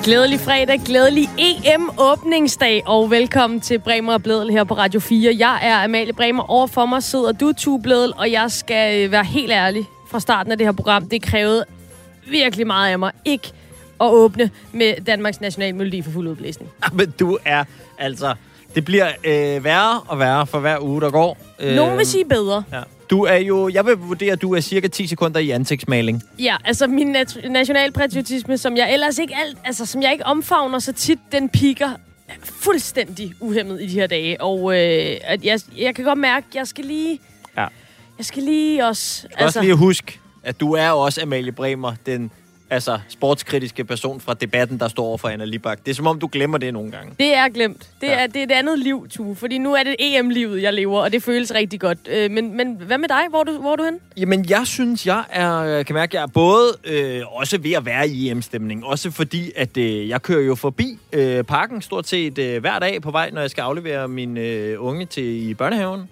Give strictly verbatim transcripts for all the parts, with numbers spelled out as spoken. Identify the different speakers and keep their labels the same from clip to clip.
Speaker 1: Glædelig fredag, glædelig E M-åbningsdag, og velkommen til Bremer og Blædel her på Radio fire. Jeg er Amalie Bremer, overfor mig sidder du, Tue Blædel, og jeg skal være helt ærlig fra starten af det her program. Det krævede virkelig meget af mig ikke at åbne med Danmarks nationalmelodi for fuld udblæsning.
Speaker 2: Men du er altså... Det bliver øh, værre og værre for hver uge, der går.
Speaker 1: Nogen vil sige bedre.
Speaker 2: Ja. Du er jo... Jeg vil vurdere, at du er cirka ti sekunder i ansigtsmaling.
Speaker 1: Ja, altså min nat- nationalpatriotisme, som jeg ellers ikke alt, altså som jeg ikke omfavner så tit, den piker fuldstændig uhæmmet i de her dage. Og øh, at jeg, jeg kan godt mærke, at jeg skal lige...
Speaker 2: Ja.
Speaker 1: Jeg skal lige også...
Speaker 2: Du skal altså, også lige huske, at du er også Amalie Bremer, den altså sportskritiske person fra Debatten, der står over for Anna Libak. Det er som om, du glemmer det nogle gange.
Speaker 1: Det er glemt. Det,
Speaker 2: ja.
Speaker 1: er, det er et andet liv, Tue. Fordi nu er det E M-livet, jeg lever, og det føles rigtig godt. Øh, men, men hvad med dig? Hvor er du, hvor er du henne?
Speaker 2: Jamen, jeg synes, jeg er, kan mærke, at jeg er både øh, også ved at være i E M-stemning. Også fordi, at øh, jeg kører jo forbi øh, parken stort set øh, hver dag på vej, når jeg skal aflevere min øh, unge til i børnehaven.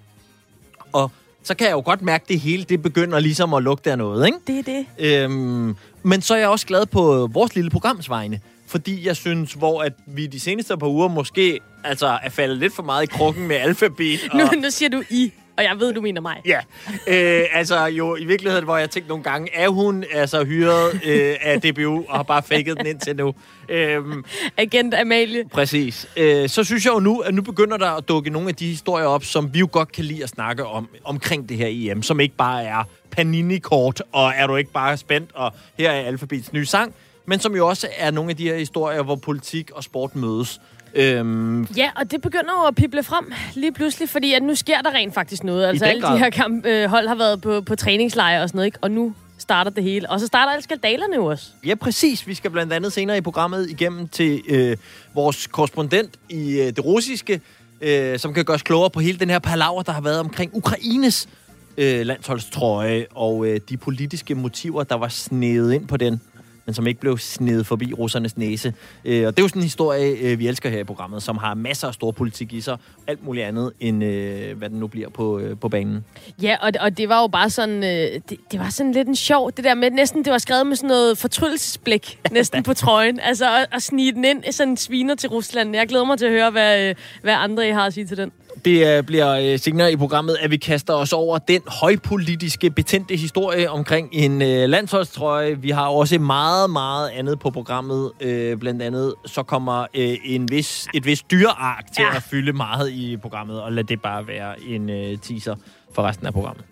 Speaker 2: Og så kan jeg jo godt mærke, at det hele det begynder ligesom at lugte af noget, ikke?
Speaker 1: Det er det.
Speaker 2: Øhm, men så er jeg også glad på vores lille programs vegne. Fordi jeg synes, hvor at vi de seneste par uger måske altså, er faldet lidt for meget i krukken med alfabet. Og
Speaker 1: nu, nu siger du I, og jeg ved, du mener mig.
Speaker 2: Ja, øh, altså jo i virkeligheden, hvor jeg tænkte nogle gange, er hun altså hyret øh, af D B U og har bare faked den indtil nu. Øhm,
Speaker 1: Agent Amalie.
Speaker 2: Præcis. Øh, så synes jeg jo nu, at nu begynder der at dukke nogle af de historier op, som vi jo godt kan lide at snakke om, omkring det her E M, som ikke bare er Panini-kort, og er du ikke bare spændt, og her er Alfabets nye sang, men som jo også er nogle af de her historier, hvor politik og sport mødes. Øhm.
Speaker 1: Ja, og det begynder jo at pible frem lige pludselig, fordi at nu sker der rent faktisk noget. Altså alle de her kamp, øh, hold har været på, på træningslejre og sådan noget, ikke? Og nu starter det hele. Og så starter alle skandalerne jo også.
Speaker 2: Ja, præcis. Vi skal blandt andet senere i programmet igennem til øh, vores korrespondent i øh, det russiske, øh, som kan gøre os klogere på hele den her palaver, der har været omkring Ukraines øh, landsholdstrøje og øh, de politiske motiver, der var snedet ind på den, men som ikke blev snedet forbi russernes næse. Øh, og det er jo sådan en historie, øh, vi elsker her i programmet, som har masser af stor politik i sig, alt muligt andet, end øh, hvad den nu bliver på, øh, på banen.
Speaker 1: Ja, og, og det var jo bare sådan, øh, det, det var sådan lidt en sjov, det der med, næsten det var skrevet med sådan noget fortrydelsesblik, næsten på trøjen. Altså at, at snige den ind, sådan en sviner til Rusland. Jeg glæder mig til at høre, hvad, øh, hvad andre I har at sige til den.
Speaker 2: Det uh, bliver uh, senere i programmet, at vi kaster os over den højpolitiske, betændte historie omkring en uh, landsholdstrøje. Vi har også meget, meget andet på programmet. Uh, blandt andet så kommer uh, en vis, et vis dyreart til ja. at fylde meget i programmet, og lad det bare være en uh, teaser for resten af programmet.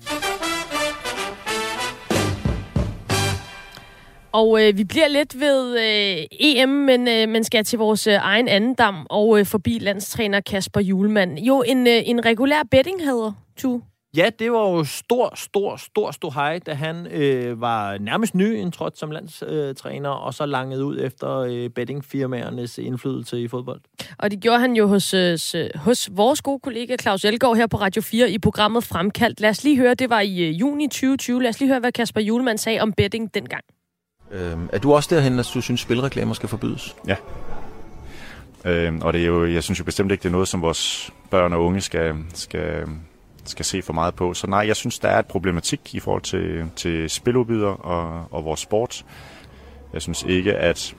Speaker 1: Og øh, vi bliver lidt ved øh, E M, men, øh, men skal til vores øh, egen andendam og øh, forbi landstræner Kasper Hjulmand. Jo, en, øh, en regulær bettinghader, Tue.
Speaker 2: Ja, det var jo stor, stor, stor ståhej, da han øh, var nærmest nyindtrådt som landstræner, og så langede ud efter øh, bettingfirmaernes indflydelse i fodbold. Og
Speaker 1: det gjorde han jo hos, øh, hos vores gode kollega Claus Elgaard her på Radio fire i programmet Fremkaldt. Lad os lige høre, det var i øh, juni tyve tyve. Lad os lige høre, hvad Kasper Hjulmand sagde om betting dengang.
Speaker 3: Øhm, er du også derhen, at du synes, spilreklamer skal forbydes?
Speaker 4: Ja. Øhm, og det er jo, jeg synes jo bestemt ikke, det er noget, som vores børn og unge skal, skal, skal se for meget på. Så nej, jeg synes, der er et problematik i forhold til, til spiludbydere og, og vores sport. Jeg synes ikke, at,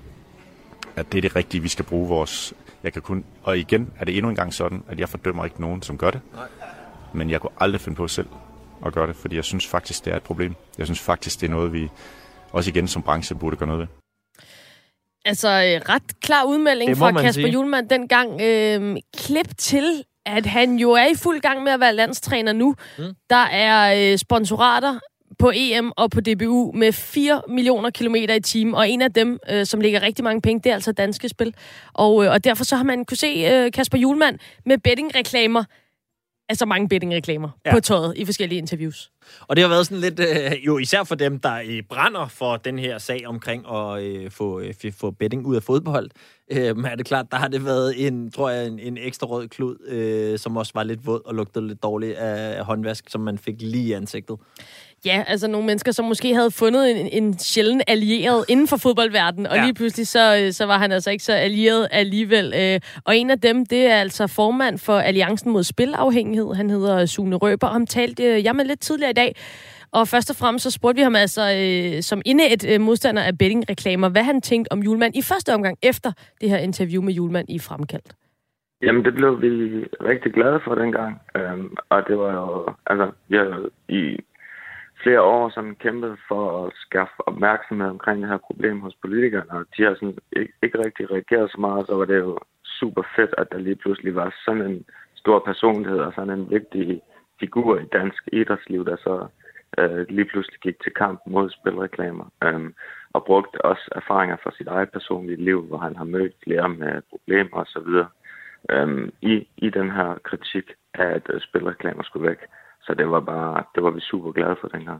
Speaker 4: at det er det rigtige, vi skal bruge vores... Jeg kan kun, og igen er det endnu en gang sådan, at jeg fordømmer ikke nogen, som gør det. Nej. Men jeg kunne aldrig finde på selv at gøre det, fordi jeg synes faktisk, det er et problem. Jeg synes faktisk, det er noget, vi... også igen som branche burde gøre noget ved.
Speaker 1: Altså, ret klar udmelding fra Kasper Hjulmand dengang. Øh, klip til, at han jo er i fuld gang med at være landstræner nu. Mm. Der er øh, sponsorater på E M og på D B U med fire millioner kilometer i timen, og en af dem, øh, som ligger rigtig mange penge, det er altså Danske Spil. Og, øh, og derfor så har man kunne se øh, Kasper Hjulmand med bettingreklamer, altså mange bettingreklamer ja. på tøjet i forskellige interviews.
Speaker 2: Og det har været sådan lidt, øh, jo især for dem, der øh, brænder for den her sag omkring at øh, få, øh, få betting ud af fodbold. Øh, er det klart, der har det været en, tror jeg, en, en ekstra rød klud, øh, som også var lidt våd og lugtede lidt dårligt af håndvask, som man fik lige i ansigtet.
Speaker 1: Ja, altså nogle mennesker, som måske havde fundet en, en sjælden allieret inden for fodboldverdenen, og ja. lige pludselig så, så var han altså ikke så allieret alligevel. Og en af dem, det er altså formand for Alliancen mod Spilafhængighed. Han hedder Sune Røber, og han talte jeg med lidt tidligere i dag Og først og fremmest så spurgte vi ham altså, øh, som indet øh, modstander af bettingreklamer, hvad han tænkte om Hjulmand i første omgang efter det her interview med Hjulmand i Fremkaldt.
Speaker 5: Jamen, det blev vi rigtig glade for dengang. Øhm, og det var jo, altså, vi har i flere år sådan kæmpet for at skaffe opmærksomhed omkring det her problem hos politikerne, og de har sådan ikke, ikke rigtig reageret så meget, så var det jo super fedt, at der lige pludselig var sådan en stor personlighed og sådan en vigtig figur i dansk idrætsliv, der så øh, lige pludselig gik til kamp mod spilreklamer, øh, og brugte også erfaringer fra sit eget personlige liv, hvor han har mødt flere med problemer og så videre, øh, i, i den her kritik af, at øh, spilreklamer skulle væk. Så det var bare, det var vi super glade for dengang.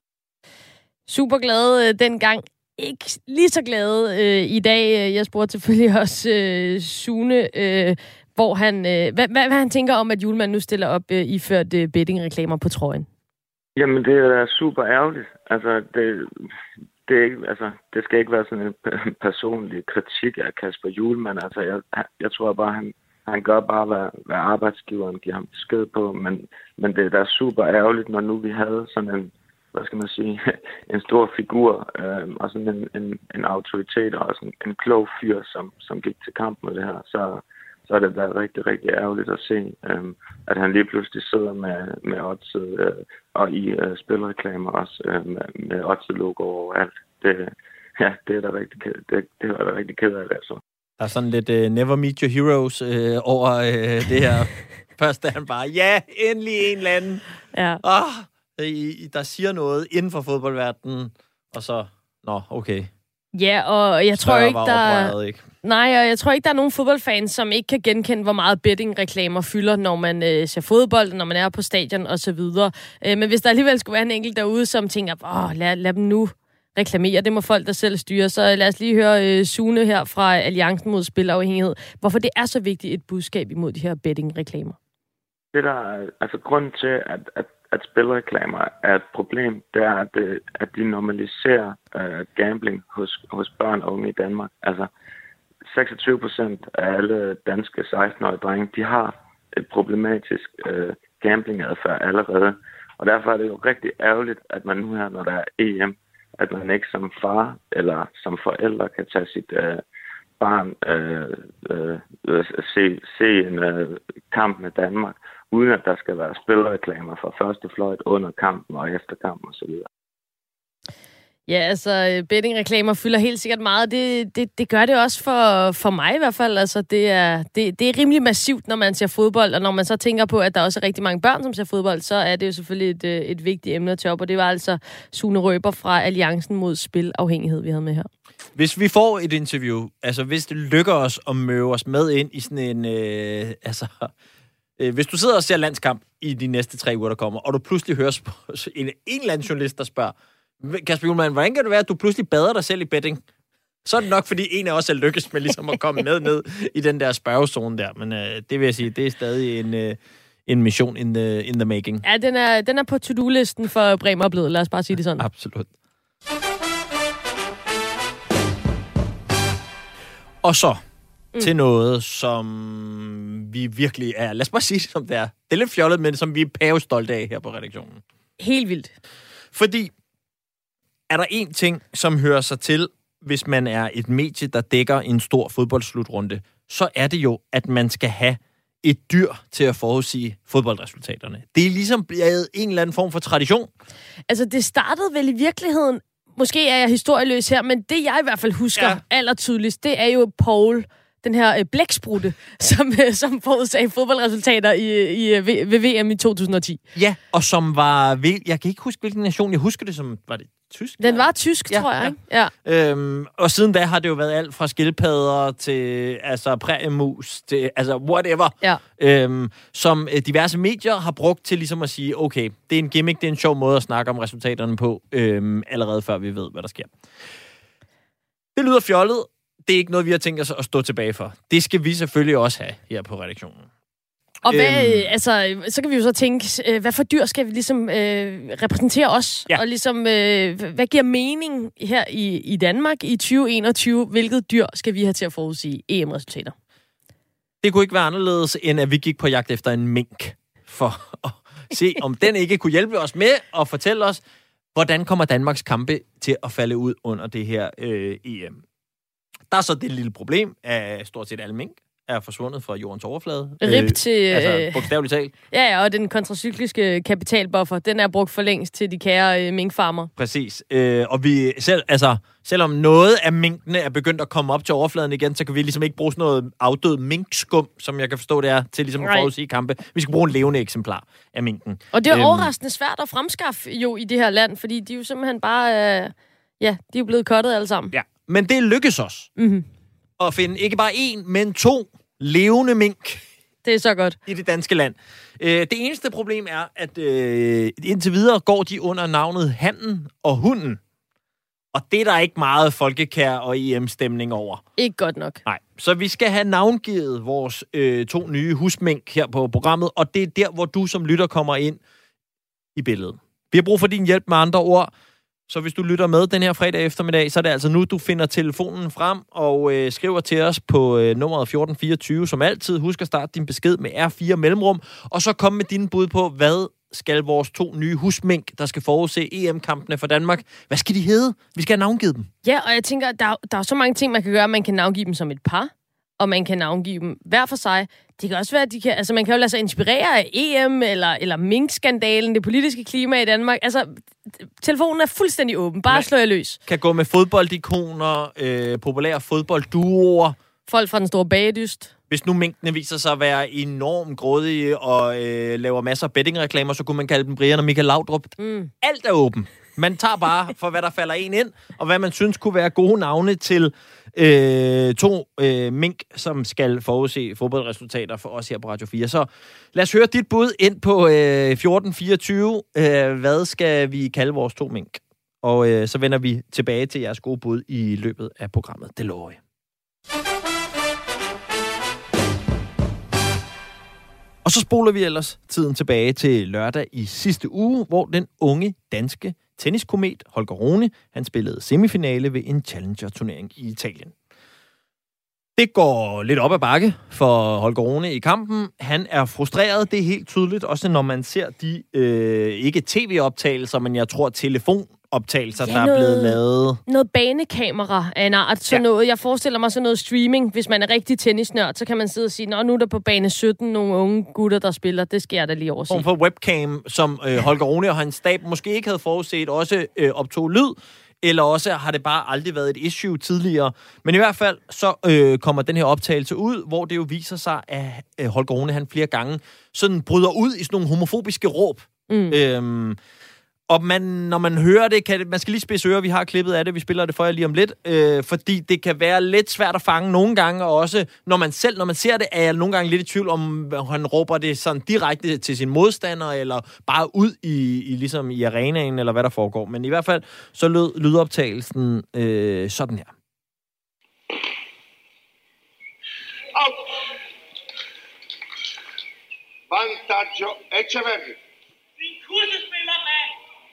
Speaker 1: Super glade øh, dengang. Ikke lige så glade øh, i dag. Jeg spurgte selvfølgelig også øh, Sune, øh, hvor han, øh, hvad, hvad, hvad han tænker om, at Hjulmand nu stiller op øh, iført øh, bettingreklamer på trøjen.
Speaker 5: Jamen, det er super ærgerligt. Altså, det, det, er ikke, altså, det skal ikke være sådan en personlig kritik af Kasper Hjulmand. Altså, jeg, jeg tror bare, han, han gør bare, hvad, hvad arbejdsgiveren giver ham besked på. Men, men det er da super ærgerligt, når nu vi havde sådan en, hvad skal man sige, en stor figur, øh, og sådan en, en, en autoritet, og sådan en klog fyr, som, som gik til kamp med det her, så, så er det været rigtig, rigtig ærgerligt at se, øh, at han lige pludselig sidder med, med Odset, øh, og i øh, spilreklamer også, øh, med, med Odset-logo overalt. Det, ja, det er da rigtig, det, det er da rigtig ked af det, altså.
Speaker 2: Der er sådan lidt uh, never meet your heroes uh, over uh, det her. Først er han bare, ja, endelig en eller anden.
Speaker 1: Ja.
Speaker 2: Oh, der siger noget inden for fodboldverdenen, og så, nå, okay.
Speaker 1: Ja, og jeg tror ikke, der...
Speaker 2: Oprøret, ikke?
Speaker 1: Nej, og jeg tror ikke, der er nogen fodboldfans, som ikke kan genkende, hvor meget bettingreklamer fylder, når man øh, ser fodbold, når man er på stadion og så videre. Øh, men hvis der alligevel skulle være en enkelt derude, som tænker, åh, lad, lad dem nu reklamere, det må folk der selv styre. Så lad os lige høre øh, Sune her fra Alliancen mod Spilafhængighed, hvorfor det er så vigtigt et budskab imod de her bettingreklamer.
Speaker 5: Det der er, altså grunden til, at, at, at spilreklamer er et problem, det er, at, det, at de normaliserer øh, gambling hos, hos børn og unge i Danmark. Altså, seksogtyve procent af alle danske seksten-årige drenge, de har et problematisk øh, gambling-adfærd allerede. Og derfor er det jo rigtig ærgerligt, at man nu her, når der er E M, at man ikke som far eller som forældre kan tage sit øh, barn øh, øh, se, se en øh, kamp med Danmark, uden at der skal være spilreklamer fra første fløjt under kampen og efter kampen osv.
Speaker 1: Ja, altså bettingreklamer fylder helt sikkert meget. Det, det, det gør det også for, for mig i hvert fald. Altså, det, er, det, det er rimelig massivt, når man ser fodbold, og når man så tænker på, at der også er rigtig mange børn, som ser fodbold, så er det jo selvfølgelig et, et vigtigt emne at tage op, og det var altså Sune Røber fra Alliancen mod Spilafhængighed, vi havde med her. Hvis vi får et interview, altså hvis det lykker os at møde os med ind i sådan en, øh, altså... Hvis du sidder og ser landskamp i de næste tre uger, der kommer, og du pludselig hører en, en eller anden journalist, der spørger, Kasper Hjulmand, hvordan kan det være, at du pludselig bader dig selv i betting? Så er det nok, fordi en af os er lykkes med ligesom at komme med ned i den der spørgezone der. Men øh, det vil jeg sige, det er stadig en, øh, en mission in the, in the making. Ja, den er, den er på to-do-listen for Bremer Blød. Lad os bare sige det sådan. Absolut. Og så mm. til noget, som vi virkelig er, lad os bare sige det som det er. Det er lidt fjollet, men som vi er pavestolte af her på redaktionen. Helt vildt. Fordi er der en ting, som hører sig til, hvis man er et medie, der dækker en stor fodboldslutrunde, så er det jo, at man skal have et dyr til at forudsige fodboldresultaterne. Det er ligesom blevet en eller anden form for tradition. Altså, det startede vel i virkeligheden, måske er jeg historieløs her, men det jeg i hvert fald husker ja. allertydeligst, det er jo Paul, den her øh, blæksprutte, som, øh, som forudsagde fodboldresultater i, i, øh, ved, ved V M i to tusind og ti. Ja, og som var... Jeg kan ikke huske, hvilken nation. Jeg husker det som... Var det tysk? Den var tysk, ja, tror jeg. Ja. Ja. Øhm, og siden da har det jo været alt fra skildpadder til altså præriemus til altså whatever. Ja. Øhm, som øh, diverse medier har brugt til ligesom at sige, okay, det er en gimmick, det er en sjov måde at snakke om resultaterne på, øhm, allerede før vi ved, hvad der sker. Det lyder fjollet. Det er ikke noget, vi har tænkt os at stå tilbage for. Det skal vi selvfølgelig også have her på redaktionen. Og hvad, øhm, altså, så kan vi jo så tænke, hvad for dyr skal vi ligesom øh, repræsentere os? Ja. Og ligesom, øh, hvad giver mening her i, i Danmark i tyve enogtyve? Hvilket dyr skal vi have til at forudsige E M-resultater? Det kunne ikke være anderledes, end at vi gik på jagt efter en mink. For at se, om den ikke kunne hjælpe os med at fortælle os,
Speaker 2: hvordan kommer Danmarks kampe til at falde ud under det her øh, E M? Der er så det lille problem, at stort set alle mink er forsvundet fra jordens overflade.
Speaker 1: Rip øh, til...
Speaker 2: Altså, bogstaveligt talt.
Speaker 1: Ja, ja, og den kontracykliske kapitalbuffer, den er brugt for længst til de kære øh, minkfarmer.
Speaker 2: Præcis. Øh, og vi selv, altså, selvom noget af minkene er begyndt at komme op til overfladen igen, så kan vi ligesom ikke bruge sådan noget afdød minkskum, som jeg kan forstå, det er, til ligesom at
Speaker 1: right.
Speaker 2: forudsige kampe. Vi skal bruge en levende eksemplar af minken.
Speaker 1: Og det er
Speaker 2: øhm,
Speaker 1: overraskende svært at fremskaffe jo i det her land, fordi de er jo simpelthen bare... Øh, ja, de er jo blevet cuttet alle sammen.
Speaker 2: Ja, men det lykkes os.
Speaker 1: Mm-hmm.
Speaker 2: At finde ikke bare én, men to levende mink.
Speaker 1: Det er så godt.
Speaker 2: I det danske land. Øh, det eneste problem er, at øh, indtil videre går de under navnet Hannen og Hunden. Og det er der ikke meget folkekær og E M-stemning over.
Speaker 1: Ikke godt nok.
Speaker 2: Nej, så vi skal have navngivet vores øh, to nye husmink her på programmet, og det er der, hvor du som lytter kommer ind i billedet. Vi har brug for din hjælp med andre ord. Så hvis du lytter med den her fredag eftermiddag, så er det altså nu, du finder telefonen frem og øh, skriver til os på øh, nummeret fjorten fireogtyve, som altid. Husk at starte din besked med R fire mellemrum, og så kom med dine bud på, hvad skal vores to nye husmink, der skal forudse E M-kampene for Danmark, hvad skal de hedde? Vi skal have navngivet dem.
Speaker 1: Ja, og jeg tænker, der, der er så mange ting, man kan gøre. Man kan navngive dem som et par, og man kan navngive dem hver for sig. Det kan også være, at de kan, altså man kan jo lade sig inspirere af E M, eller, eller minkskandalen, det politiske klima i Danmark. Altså, telefonen er fuldstændig åben. Bare slå jer løs.
Speaker 2: Kan gå med fodboldikoner, øh, populære fodboldduoer.
Speaker 1: Folk fra den store bagedyst.
Speaker 2: Hvis nu minkene viser sig at være enormt grådige og øh, laver masser af bettingreklamer, så kunne man kalde dem Brian og Michael Laudrup. Mm. Alt er åben. Man tager bare for, hvad der falder en ind, og hvad man synes kunne være gode navne til øh, to øh, mink, som skal forudse fodboldresultater for os her på Radio fire. Så lad os høre dit bud ind på øh, fjorten fireogtyve. Øh, hvad skal vi kalde vores to mink? Og øh, så vender vi tilbage til jeres gode bud i løbet af programmet. Det lover jeg. Og så spoler vi ellers tiden tilbage til lørdag i sidste uge, hvor den unge danske tenniskomet Holger Rune, han spillede semifinale ved en Challenger-turnering i Italien. Det går lidt op ad bakke for Holger Rune i kampen. Han er frustreret, det er helt tydeligt, også når man ser de, øh, ikke tv-optagelser, men jeg tror telefonoptagelser, ja, der er blevet lavet.
Speaker 1: Noget banekamera af en art, så ja. noget. Jeg forestiller mig sådan noget streaming. Hvis man er rigtig tennisnørd, så kan man sidde og sige, nå, nu er der på bane sytten nogle unge gutter, der spiller. Det skal jeg da lige overse.
Speaker 2: For webcam, som øh, Holger Rune og hans stab måske ikke havde forudset, også øh, optog lyd. Eller også har det bare aldrig været et issue tidligere. Men i hvert fald så øh, kommer den her optagelse ud, hvor det jo viser sig, at øh, Holger Rune, han flere gange sådan bryder ud i sådan nogle homofobiske råb. Mm. Øhm, og man, når man hører det, kan det, man skal lige spidse ører, vi har klippet af det, vi spiller det for jer lige om lidt, øh, fordi det kan være lidt svært at fange nogle gange, og også når man selv, når man ser det, er jeg nogle gange lidt i tvivl om, han råber det sådan direkte til sin modstander, eller bare ud i, i, ligesom i arenaen, eller hvad der foregår. Men i hvert fald, så lød lydoptagelsen øh, sådan her.
Speaker 6: Out. Vantaggio Echeverri.
Speaker 7: Din kursespiller, mand!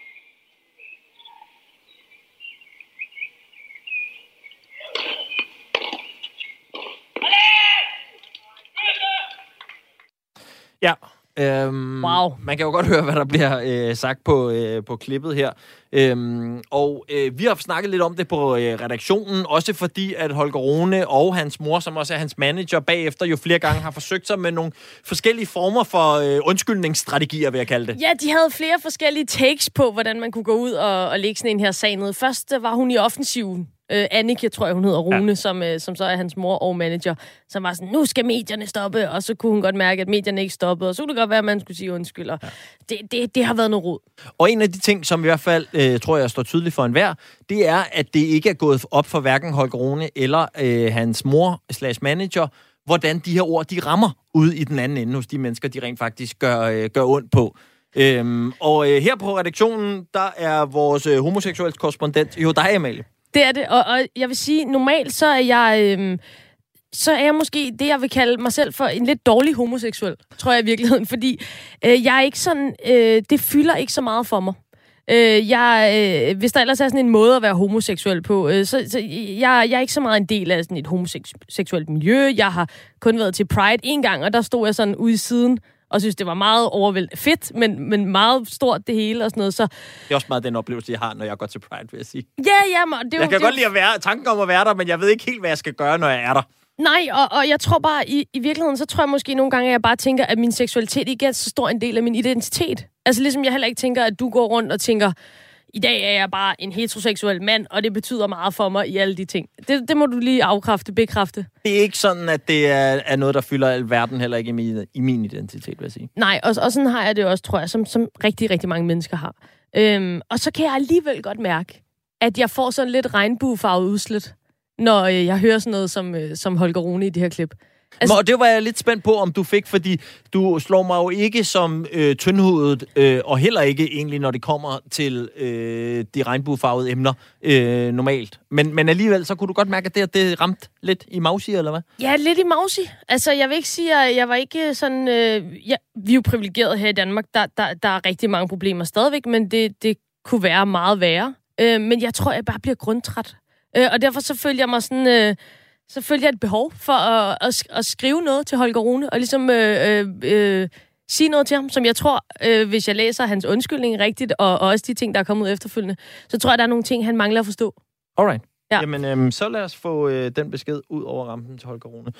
Speaker 2: Ja, øhm,
Speaker 1: wow.
Speaker 2: Man kan jo godt høre, hvad der bliver øh, sagt på, øh, på klippet her. Øhm, og øh, vi har snakket lidt om det på øh, redaktionen, også fordi, at Holger Rune og hans mor, som også er hans manager bagefter, jo flere gange har forsøgt sig med nogle forskellige former for øh, undskyldningsstrategier, vil jeg kalde det.
Speaker 1: Ja, de havde flere forskellige takes på, hvordan man kunne gå ud og, og lægge sådan en her sag ned. Først var hun i offensiven. Uh, Annike, tror jeg, hun hedder, Rune, ja. som, uh, som så er hans mor og manager, som var sådan, nu skal medierne stoppe, og så kunne hun godt mærke, at medierne ikke stoppede, og så kunne det godt være, at man skulle sige undskyld. Ja. Det, det, det har været noget rod.
Speaker 2: Og en af de ting, som i hvert fald, øh, tror jeg, står tydeligt for enhver, det er, at det ikke er gået op for hverken Holger Rune eller øh, hans mor slash manager, hvordan de her ord, de rammer ude i den anden ende hos de mennesker, de rent faktisk gør, øh, gør ondt på. Øhm, og øh, her på redaktionen, der er vores øh, homoseksuelle korrespondent, jo dig, Amalie.
Speaker 1: Det er det, og, og jeg vil sige, normalt så er jeg, øhm, så er jeg måske det, jeg vil kalde mig selv for en lidt dårlig homoseksuel, tror jeg i virkeligheden, fordi øh, jeg er ikke sådan, øh, det fylder ikke så meget for mig. Øh, jeg, øh, hvis der ellers er sådan en måde at være homoseksuel på, øh, så, så jeg, jeg er ikke så meget en del af sådan et homoseksuelt miljø. Jeg har kun været til Pride en gang, og der stod jeg sådan ude i siden og synes, det var meget overvældende fedt, men, men meget stort det hele og sådan noget. Så... Det
Speaker 2: er også meget den oplevelse, jeg har, når jeg går til Pride, vil jeg sige.
Speaker 1: Ja, ja, men det er
Speaker 2: Jeg kan
Speaker 1: det
Speaker 2: godt lide at være, tanken om at være der, men jeg ved ikke helt, hvad jeg skal gøre, når jeg er der.
Speaker 1: Nej, og, og jeg tror bare, i, i virkeligheden, så tror jeg måske nogle gange, at jeg bare tænker, at min seksualitet ikke er så stor en del af min identitet. Altså ligesom jeg heller ikke tænker, at du går rundt og tænker, i dag er jeg bare en heteroseksuel mand, og det betyder meget for mig i alle de ting. Det, det må du lige afkræfte, bekræfte.
Speaker 2: Det er ikke sådan, at det er, er noget, der fylder al verden heller ikke i min, i min identitet, vil jeg sige.
Speaker 1: Nej, og, og sådan har jeg det også, tror jeg, som, som rigtig, rigtig mange mennesker har. Øhm, og så kan jeg alligevel godt mærke, at jeg får sådan lidt regnbuefarvet udslet, når øh, jeg hører sådan noget som, øh, som Holger Rune i det her klip.
Speaker 2: Altså, og det var jeg lidt spændt på, om du fik, fordi du slår mig jo ikke som øh, tyndhudet, øh, og heller ikke egentlig, når det kommer til øh, de regnbuefarvede emner øh, normalt. Men, men alligevel, så kunne du godt mærke, at det, det ramte lidt i mausi, eller hvad?
Speaker 1: Ja, lidt i mausi. Altså, jeg vil ikke sige, at jeg var ikke sådan... Øh, ja, vi er jo privilegerede her i Danmark. Der, der, der er rigtig mange problemer stadigvæk, men det, det kunne være meget værre. Øh, men jeg tror, jeg bare bliver grundtræt. Øh, og derfor så følger jeg mig sådan... Øh, så følger jeg et behov for at, at, at skrive noget til Holger Rune, og ligesom øh, øh, øh, sige noget til ham, som jeg tror, øh, hvis jeg læser hans undskyldning rigtigt, og, og også de ting, der er kommet ud efterfølgende, så tror jeg, der er nogle ting, han mangler at forstå.
Speaker 2: Alright.
Speaker 1: Ja.
Speaker 2: Jamen, øh, så lad os få øh, den besked ud over rampen til Holger Rune.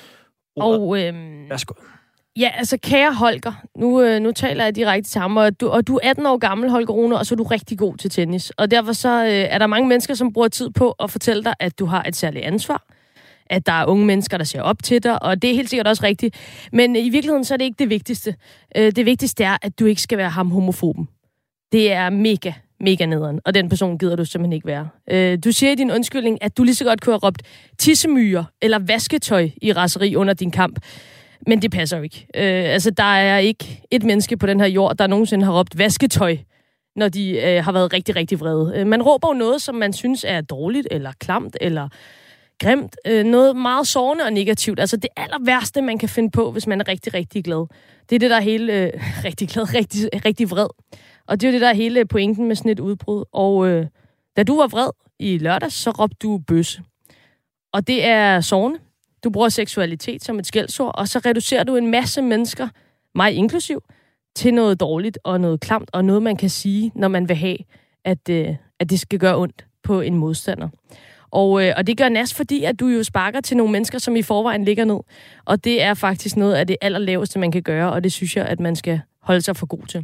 Speaker 1: Og, øh,
Speaker 2: Værsgo.
Speaker 1: Ja, altså, kære Holger, nu, øh, nu taler jeg direkte til ham, og du, og du er atten år gammel, Holger Rune, og så er du rigtig god til tennis. Og derfor så øh, er der mange mennesker, som bruger tid på at fortælle dig, at du har et særligt ansvar, at der er unge mennesker, der ser op til dig, og det er helt sikkert også rigtigt. Men i virkeligheden, så er det ikke det vigtigste. Det vigtigste er, at du ikke skal være ham homofoben. Det er mega, mega nederen, og den person gider du simpelthen ikke være. Du siger i din undskyldning, at du lige så godt kunne have råbt tissemyrer eller vasketøj i raseri under din kamp. Men det passer jo ikke. Altså, der er ikke et menneske på den her jord, der nogensinde har råbt vasketøj, når de har været rigtig, rigtig vrede. Man råber jo noget, som man synes er dårligt, eller klamt, eller grimt. Øh, noget meget sårende og negativt. Altså det aller værste, man kan finde på, hvis man er rigtig, rigtig glad. Det er det, der er hele... Øh, rigtig glad, rigtig, rigtig vred. Og det er jo det, der er hele pointen med sådan et udbrud. Og øh, da du var vred i lørdags, så råbte du bøsse. Og det er sårende. Du bruger seksualitet som et skældsord, og så reducerer du en masse mennesker, mig inklusiv, til noget dårligt og noget klamt, og noget, man kan sige, når man vil have, at, øh, at det skal gøre ondt på en modstander. Og, øh, og det gør næst, fordi at du jo sparker til nogle mennesker, som i forvejen ligger ned. Og det er faktisk noget af det allerlaveste, man kan gøre, og det synes jeg, at man skal holde sig for god til.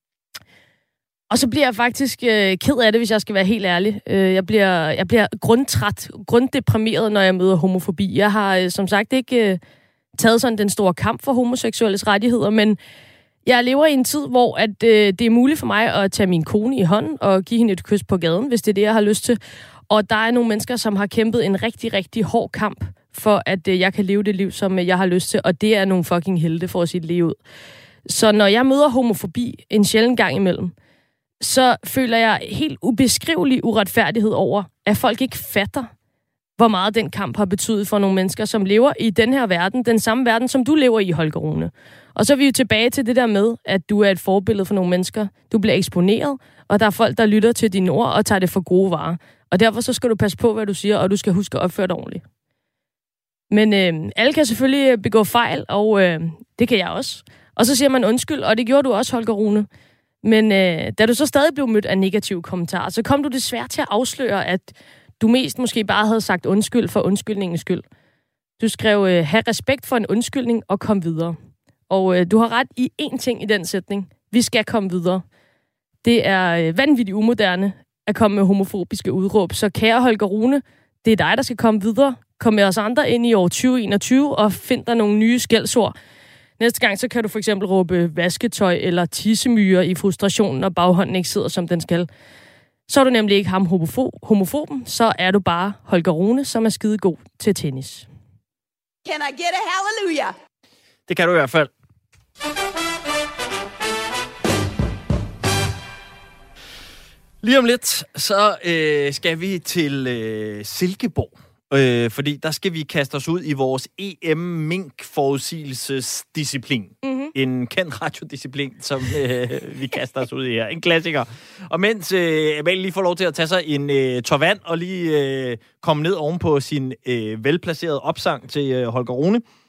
Speaker 1: Og så bliver jeg faktisk øh, ked af det, hvis jeg skal være helt ærlig. Øh, jeg, bliver, jeg bliver grundtræt, grunddeprimeret, når jeg møder homofobi. Jeg har øh, som sagt ikke øh, taget sådan den store kamp for homoseksuelles rettigheder, men jeg lever i en tid, hvor at, øh, det er muligt for mig at tage min kone i hånden og give hende et kys på gaden, hvis det er det, jeg har lyst til. Og der er nogle mennesker, som har kæmpet en rigtig, rigtig hård kamp for, at øh, jeg kan leve det liv, som øh, jeg har lyst til. Og det er nogle fucking helte for at sige det lige ud. Så når jeg møder homofobi en sjælden gang imellem, så føler jeg helt ubeskrivelig uretfærdighed over, at folk ikke fatter, hvor meget den kamp har betydet for nogle mennesker, som lever i den her verden, den samme verden, som du lever i, Holger Rune. Og så er vi jo tilbage til det der med, at du er et forbillede for nogle mennesker. Du bliver eksponeret, og der er folk, der lytter til dine ord og tager det for gode varer. Og derfor så skal du passe på, hvad du siger, og du skal huske at opføre dig ordentligt. Men øh, alle kan selvfølgelig begå fejl, og øh, det kan jeg også. Og så siger man undskyld, og det gjorde du også, Holger Rune. Men øh, da du så stadig blev mødt af negative kommentarer, så kom du desværre til at afsløre, at du mest måske bare havde sagt undskyld for undskyldningens skyld. Du skrev, øh, have respekt for en undskyldning og kom videre. Og øh, du har ret i én ting i den sætning. Vi skal komme videre. Det er øh, vanvittigt umoderne at komme med homofobiske udråb. Så kære Holger Rune, det er dig, der skal komme videre. Kom med os andre ind i år tyve enogtyve og find dig nogle nye skældsord. Næste gang, så kan du for eksempel råbe vasketøj eller tissemyrer i frustrationen, når baghånden ikke sidder, som den skal. Så er du nemlig ikke ham homofo- homofoben, så er du bare Holger Rune, som er skide god til tennis.
Speaker 8: Can I get a hallelujah?
Speaker 2: Det kan du i hvert fald. Lige om lidt, så øh, skal vi til øh, Silkeborg. Øh, fordi der skal vi kaste os ud i vores E M-mink-forudsigelsesdisciplin. Mm-hmm. En kendt radiodisciplin, som øh, vi kaster os ud i her. En klassiker. Og mens øh, Amalie lige får lov til at tage sig en øh, tår vand og lige øh, komme ned oven på sin øh, velplacerede opsang til øh, Holger Rune,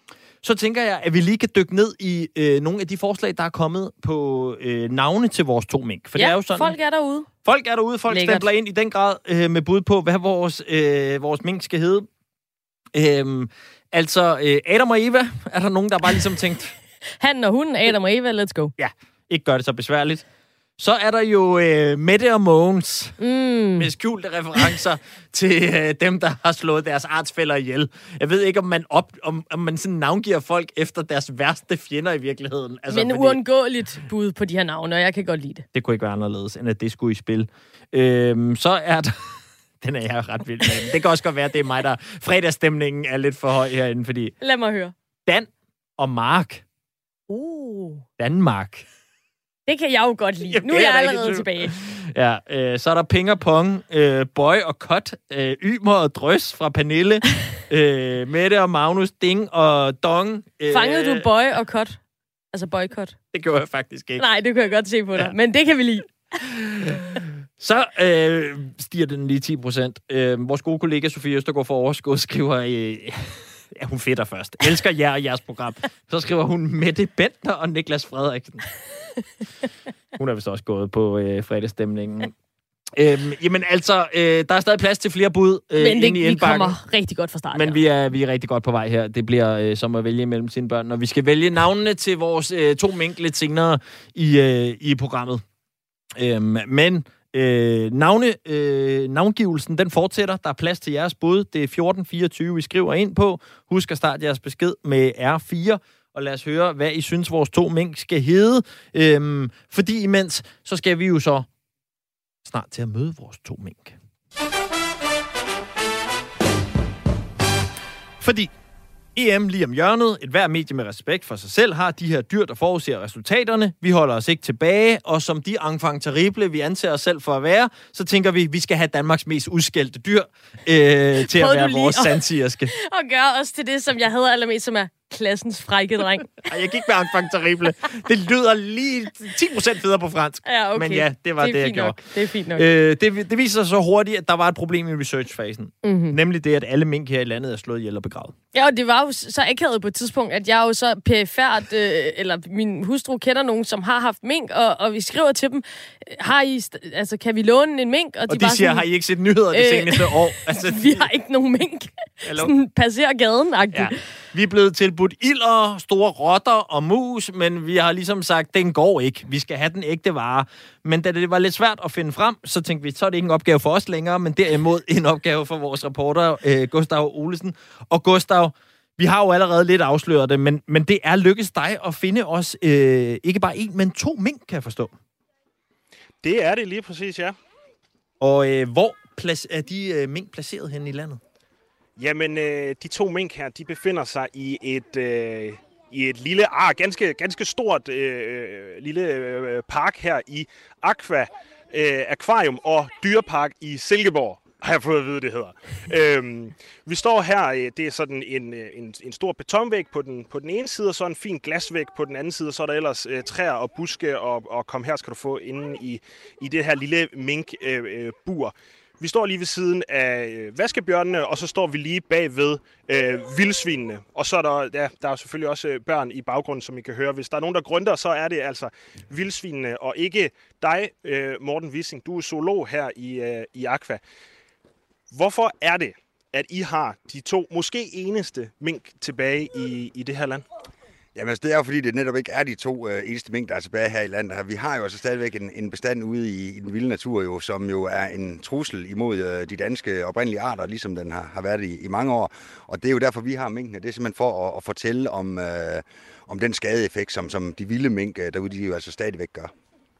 Speaker 2: så tænker jeg, at vi lige kan dykke ned i øh, nogle af de forslag, der er kommet på øh, navne til vores to mink. For
Speaker 1: ja,
Speaker 2: det er jo sådan,
Speaker 1: folk er derude.
Speaker 2: Folk er derude. Folk
Speaker 1: Lækkert.
Speaker 2: stempler ind i den grad øh, med bud på, hvad vores, øh, vores mink skal hedde. Øhm, altså, øh, Adam og Eva, er der nogen, der bare ligesom tænkt...
Speaker 1: Han og hun, Adam og Eva, let's go.
Speaker 2: Ja, ikke gør det så besværligt. Så er der jo øh, Mette og Mogens
Speaker 1: mm.
Speaker 2: med skjulte referencer til øh, dem, der har slået deres artsfæller ihjel. Jeg ved ikke, om man, op, om, om man sådan navngiver folk efter deres værste fjender i virkeligheden. Altså,
Speaker 1: Men
Speaker 2: fordi...
Speaker 1: uundgåeligt bud på de her navne, og jeg kan godt lide det.
Speaker 2: Det kunne ikke være anderledes, end at det skulle i spil. Øhm, så er der... Den er jeg ret vild med. Det kan også godt være, at det er mig, der... Fredagsstemningen er lidt for høj herinde, fordi...
Speaker 1: Lad mig høre.
Speaker 2: Dan og Mark.
Speaker 1: Uh.
Speaker 2: Danmark.
Speaker 1: Det kan jeg jo godt lide.
Speaker 2: Jamen,
Speaker 1: nu er jeg
Speaker 2: er
Speaker 1: allerede tilbage.
Speaker 2: Ja, øh, så er der Ping og Pong, øh, Boy og Cut, øh, Ymer og Drøs fra Pernille, øh, Mette og Magnus, Ding og Dong. Øh,
Speaker 1: Fangede du Boy og Cut? Altså boycott?
Speaker 2: Det gjorde jeg faktisk ikke.
Speaker 1: Nej, det kan jeg godt se på dig. Ja. Men det kan vi lide.
Speaker 2: Så øh, stiger den lige ti procent. Øh, vores gode kollega Sofie Østergaard for Overskud skriver... Øh, ja, hun fedter først. Elsker jer og jeres program. Så skriver hun Mette Bentner og Niklas Frederiksen. Hun er vist også gået på øh, fredagsstemningen. Øhm, jamen altså, øh, der er stadig plads til flere bud øh,
Speaker 1: Men det,
Speaker 2: ind i
Speaker 1: vi
Speaker 2: indbakken.
Speaker 1: kommer rigtig godt fra start.
Speaker 2: Men
Speaker 1: her.
Speaker 2: vi er, vi er rigtig godt på vej her. Det bliver øh, som at vælge mellem sine børn. Og vi skal vælge navnene til vores øh, to mink lidt senere i, øh, i programmet. Øhm, men øh, navne, øh, navngivelsen, den fortsætter. Der er plads til jeres bud. Det er fjorten fireogtyve, vi skriver ind på. Husk at starte jeres besked med R fire. Og lad os høre, hvad I synes, vores to mink skal hedde. Øhm, fordi imens, så skal vi jo så snart til at møde vores to mink. Fordi E M lige om hjørnet, et hver medie med respekt for sig selv, har de her dyr, der forudser resultaterne. Vi holder os ikke tilbage, og som de enfant terrible, vi anser os selv for at være, så tænker vi, vi skal have Danmarks mest udskældte dyr øh, til at være vores sandsigerske.
Speaker 1: Og gøre os til det, som jeg hedder allermest, som er klassens frække dreng.
Speaker 2: Ej, jeg gik med enfant terrible. Det lyder lige ti procent federe på fransk.
Speaker 1: Ja, okay.
Speaker 2: Men ja, det var det, det jeg gjorde.
Speaker 1: Nok. Det er fint nok.
Speaker 2: Øh, det, det viser sig så hurtigt, at der var et problem i researchfasen. Mm-hmm. Nemlig det, at alle mink her i landet er slået ihjel og begravet.
Speaker 1: Ja, og det var jo så akavet på et tidspunkt, at jeg jo så perifært, øh, eller min hustru kender nogen, som har haft mink, og, og vi skriver til dem, har I, altså kan vi låne en mink? Og
Speaker 2: de, og
Speaker 1: de
Speaker 2: de siger,
Speaker 1: sådan,
Speaker 2: har I ikke set nyheder det øh, seneste år?
Speaker 1: Altså, vi har ikke nogen mink. Sådan passerer gaden-agtigt. Ja.
Speaker 2: Vi er blevet tilbudt ilder, store rotter og mus, men vi har ligesom sagt, den går ikke. Vi skal have den ægte vare. Men da det var lidt svært at finde frem, så tænkte vi, så er det ikke en opgave for os længere, men derimod en opgave for vores reporter, øh, Gustav Olesen. Og Gustav, vi har jo allerede lidt afsløret det, men, men det er lykkedes dig at finde os øh, ikke bare en, men to mink, kan jeg forstå.
Speaker 9: Det er det lige præcis, ja.
Speaker 2: Og øh, hvor plac- er de øh, mink placeret henne i landet?
Speaker 9: Jamen, øh, de to mink her, de befinder sig i et, øh, i et lille, ah, ganske, ganske stort øh, lille øh, park her i Aqua øh, Aquarium og Dyrepark i Silkeborg, har jeg fået at vide, det hedder. øhm, vi står her, det er sådan en, en, en stor betonvæg på den, på den ene side, og så en fin glasvæg på den anden side, så er der ellers øh, træer og buske, og, og kom her skal du få inde i, i det her lille minkbur. Øh, øh, bur. Vi står lige ved siden af øh, vaskebjørnene, og så står vi lige bag ved øh, vildsvinene. Og så er der, ja, der er selvfølgelig også øh, børn i baggrunden, som I kan høre. Hvis der er nogen, der grønter, så er det altså vildsvinene, og ikke dig, øh, Morten Wissing. Du er zoolog her i, øh, i Aqua. Hvorfor er det, at I har de to, måske eneste mink tilbage i, i det her land?
Speaker 10: Jamen altså, det er jo fordi, det netop ikke er de to øh, eneste mink, der er tilbage her i landet. Vi har jo altså stadigvæk en, en bestand ude i, i den vilde natur, jo, som jo er en trussel imod øh, de danske oprindelige arter, ligesom den har, har været i, i mange år. Og det er jo derfor, vi har minkene. Det er simpelthen for at, at fortælle om, øh, om den skadeeffekt, som, som de vilde mink derude, de jo altså stadigvæk gør.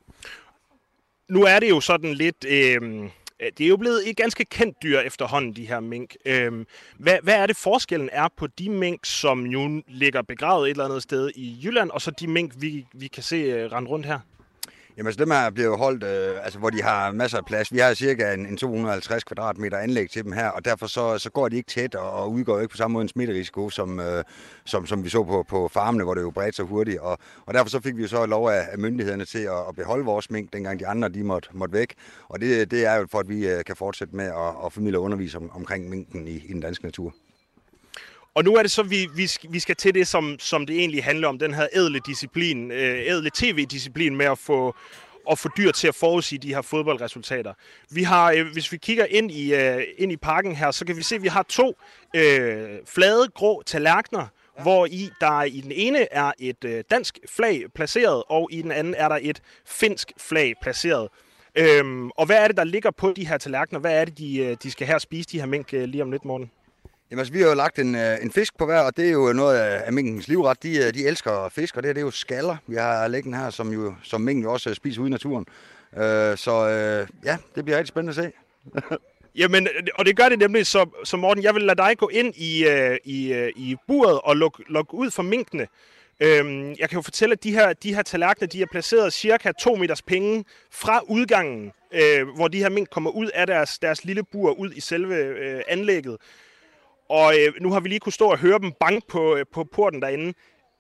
Speaker 9: Nu er det jo sådan lidt... Øh... Det er jo blevet et ganske kendt dyr efterhånden, de her mink. Øhm, hvad, hvad er det forskellen er på de mink, som jo ligger begravet et eller andet sted i Jylland, og så de mink, vi, vi kan se uh, rende rundt her?
Speaker 10: Jamen altså dem her bliver jo holdt, øh, altså hvor de har masser af plads. Vi har cirka en, en to hundrede og halvtreds kvadratmeter anlæg til dem her, og derfor så, så går de ikke tæt og, og udgår ikke på samme måde en smitterisiko, som, øh, som, som vi så på, på farmene, hvor det jo bredte sig hurtigt. Og, og derfor så fik vi jo så lov af, af myndighederne til at, at beholde vores mink, dengang de andre de måtte, måtte væk. Og det, det er jo for, at vi øh, kan fortsætte med at, at formidle og undervise om, omkring minken i, i den danske natur.
Speaker 9: Og nu er det så, vi, vi, vi skal til det, som, som det egentlig handler om, den her ædle disciplin, øh, ædle tv-disciplin med at få, at få dyr til at forudsige de her fodboldresultater. Vi har, øh, hvis vi kigger ind i, øh, ind i parken her, så kan vi se, at vi har to øh, flade, grå tallerkener, ja. Hvor i der i den ene er et øh, dansk flag placeret, og i den anden er der et finsk flag placeret. Øhm, og hvad er det, der ligger på de her tallerkener? Hvad er det, de, de skal have at spise, de her mink, lige om lidt, Morten?
Speaker 10: Jamen, altså, vi har jo lagt en, en fisk på hver, og det er jo noget af minkens livret. De, de elsker fisk, og det her det er jo skaller, vi har liggende her, som, jo, som minken også spiser ude i naturen. Øh, så øh, ja, det bliver rigtig spændende at se.
Speaker 9: Jamen, og det gør det nemlig, så, så Morten, jeg vil lade dig gå ind i, uh, i, uh, i buret og lukke luk ud for minkene. Øhm, jeg kan jo fortælle, at de her, de her tallerkener, de er placeret cirka to meters penge fra udgangen, øh, hvor de her mink kommer ud af deres, deres lille bur, ud i selve øh, anlægget. Og øh, nu har vi lige kunne stå og høre dem banke på, øh, på porten derinde.